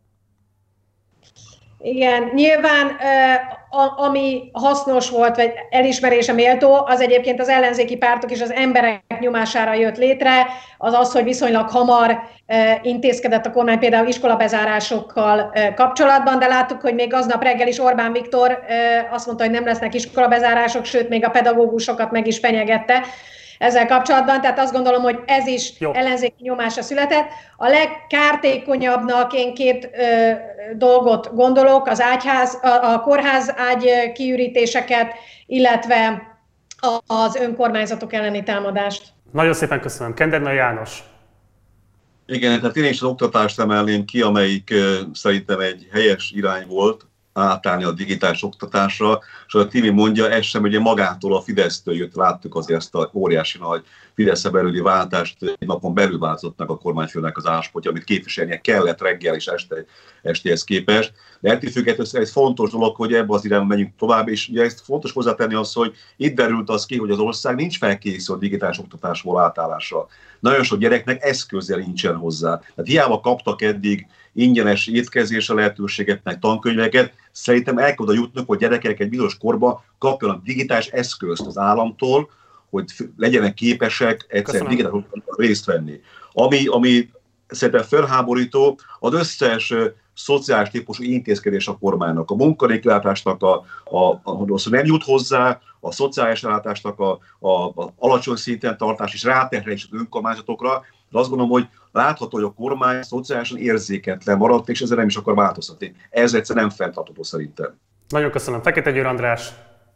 Igen, nyilván ami hasznos volt, vagy elismerése méltó, az egyébként az ellenzéki pártok és az emberek nyomására jött létre, az, hogy viszonylag hamar intézkedett a kormány például iskolabezárásokkal kapcsolatban, de láttuk, hogy még aznap reggel is Orbán Viktor azt mondta, hogy nem lesznek iskolabezárások, sőt, még a pedagógusokat meg is fenyegette ezzel kapcsolatban, tehát azt gondolom, hogy ez is ellenzéki nyomása született. A legkártékonyabbnak én 2 dolgot gondolok, a kórház ágy kiürítéseket, illetve az önkormányzatok elleni támadást. Nagyon szépen köszönöm. Kendernai János. Igen, tehát én is az oktatást emelném ki, amelyik szerintem egy helyes irány volt, átállni a digitális oktatásra, és a Timi mondja, ez sem ugye magától a Fidesztől jött, láttuk azért ezt a óriási nagy Fidesz belüli váltást, egy napon belül változott meg a kormányfőnek az álláspontja, amit képviselnie kellett reggel és estéhez képest. De ettől függetlenül egy fontos dolog, hogy ebbe az irányba menjünk tovább, és ugye ezt fontos hozzátenni az, hogy itt derült az ki, hogy az ország nincs felkészült a digitális oktatásból átállásra. Nagyon sok gyereknek eszköze nincsen hozzá. Tehát hiába kaptak eddig ingyenes étkezésre lehetőséget, meg tankönyveket, szerintem el kell oda jutnunk, hogy gyerekek egy bizonyos korban kapjanak digitális eszközt az államtól, hogy legyenek képesek egyszer digitális részt venni. Ami szerintem felháborító, az összes szociális típusú intézkedés a kormánynak, a munkanélkülátásnak, hogy nem jut hozzá, a szociális ellátásnak a alacsony szinten tartás és ráterhelés az önkormányzatokra, de azt gondolom, hogy látható, hogy a kormány szociálisan érzéketlen maradt, és ezzel nem is akar változtatni. Ez egyszerűen nem fenntartható szerintem. Nagyon köszönöm. Fekete Győr András.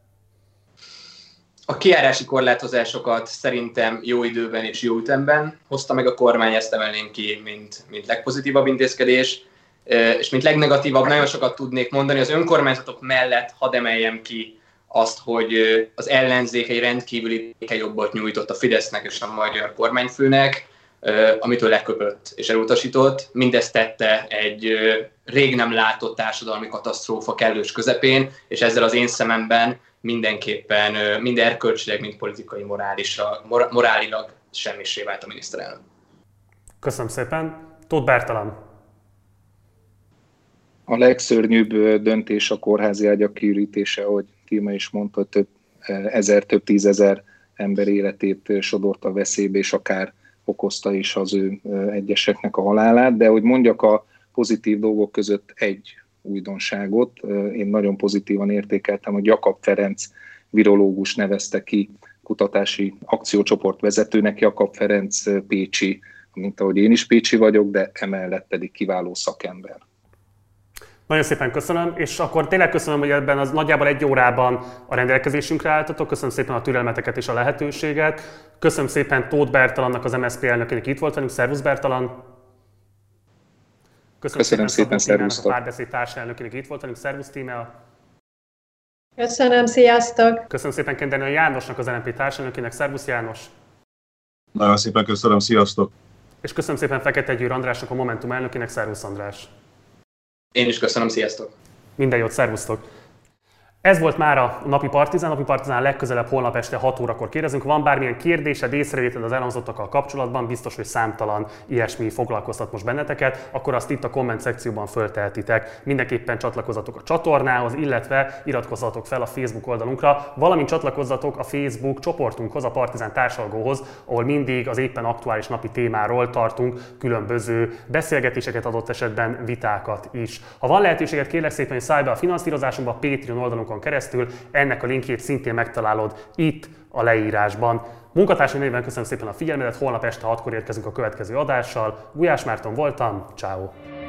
A kijárási korlátozásokat szerintem jó időben és jó ütemben hozta meg a kormány, ezt emelném ki, mint legpozitívabb intézkedés, és mint legnegatívabb, nagyon sokat tudnék mondani, az önkormányzatok mellett hadd emeljem ki azt, hogy az ellenzék egy rendkívüli békejobbat nyújtott a Fidesznek és a magyar kormányfőnek, amitől leköpött és elutasított. Mindezt tette egy rég nem látott társadalmi katasztrófa kellős közepén, és ezzel az én szememben mindenképpen mind erkölcsileg, mind politikai morálilag semmissé vált a miniszterelnök. Köszönöm szépen. Tóth Bertalan. A legszörnyűbb döntés a kórházi ágyak kiürítése, ahogy Tíme is mondta, több tízezer ember életét sodorta veszélybe, és akár okozta is az ő egyeseknek a halálát. De hogy mondjak a pozitív dolgok között egy újdonságot, én nagyon pozitívan értékeltem, hogy Jakab Ferenc virológus nevezte ki kutatási akciócsoport vezetőnek. Jakab Ferenc pécsi, mint ahogy én is pécsi vagyok, de emellett pedig kiváló szakember. Nagyon szépen köszönöm, és akkor tényleg köszönöm, hogy ebben az nagyjából 1 órában a rendelkezésünkre álltatok. Köszönöm szépen a türelmeteket és a lehetőséget. Köszönöm szépen Tóth Bertalannak, az MSZP elnökének itt volt velünk. Szervusz Bertalan! Köszönöm szépen, szervusztok! A Párbeszéd társelnökének itt volt velünk. Szervusz Tímea! Köszönöm, sziasztok! Köszönöm szépen Kenderő Jánosnak, az LNP társelnökének. Szervusz János! Nagyon szépen köszönöm, sziasztok! És köszönöm szépen Fekete Győr Andrásnak, a Momentum elnökének. Szervusz András! Én is köszönöm, sziasztok! Minden jót, szervusztok! Ez volt már a Napi Partizán legközelebb holnap este 6 órakor kérdezünk. Van bármilyen kérdésed, észrevételed az elhangzottakkal kapcsolatban, biztos, hogy számtalan ilyesmi foglalkoztat most benneteket, akkor azt itt a komment szekcióban föltehetitek. Mindenképpen csatlakozzatok a csatornához, illetve iratkozzatok fel a Facebook oldalunkra, valamint csatlakozzatok a Facebook csoportunkhoz, a Partizán társalgóhoz, ahol mindig az éppen aktuális napi témáról tartunk különböző beszélgetéseket, adott esetben vitákat is. Ha van lehetőséget, kérlek szépen, hogy szállj be a finanszírozásunkba a Patreon oldalunkon keresztül, ennek a linkjét szintén megtalálod itt a leírásban. Munkatársai nevében köszönöm szépen a figyelmedet, holnap este 6-kor érkezünk a következő adással. Gulyás Márton voltam, ciao.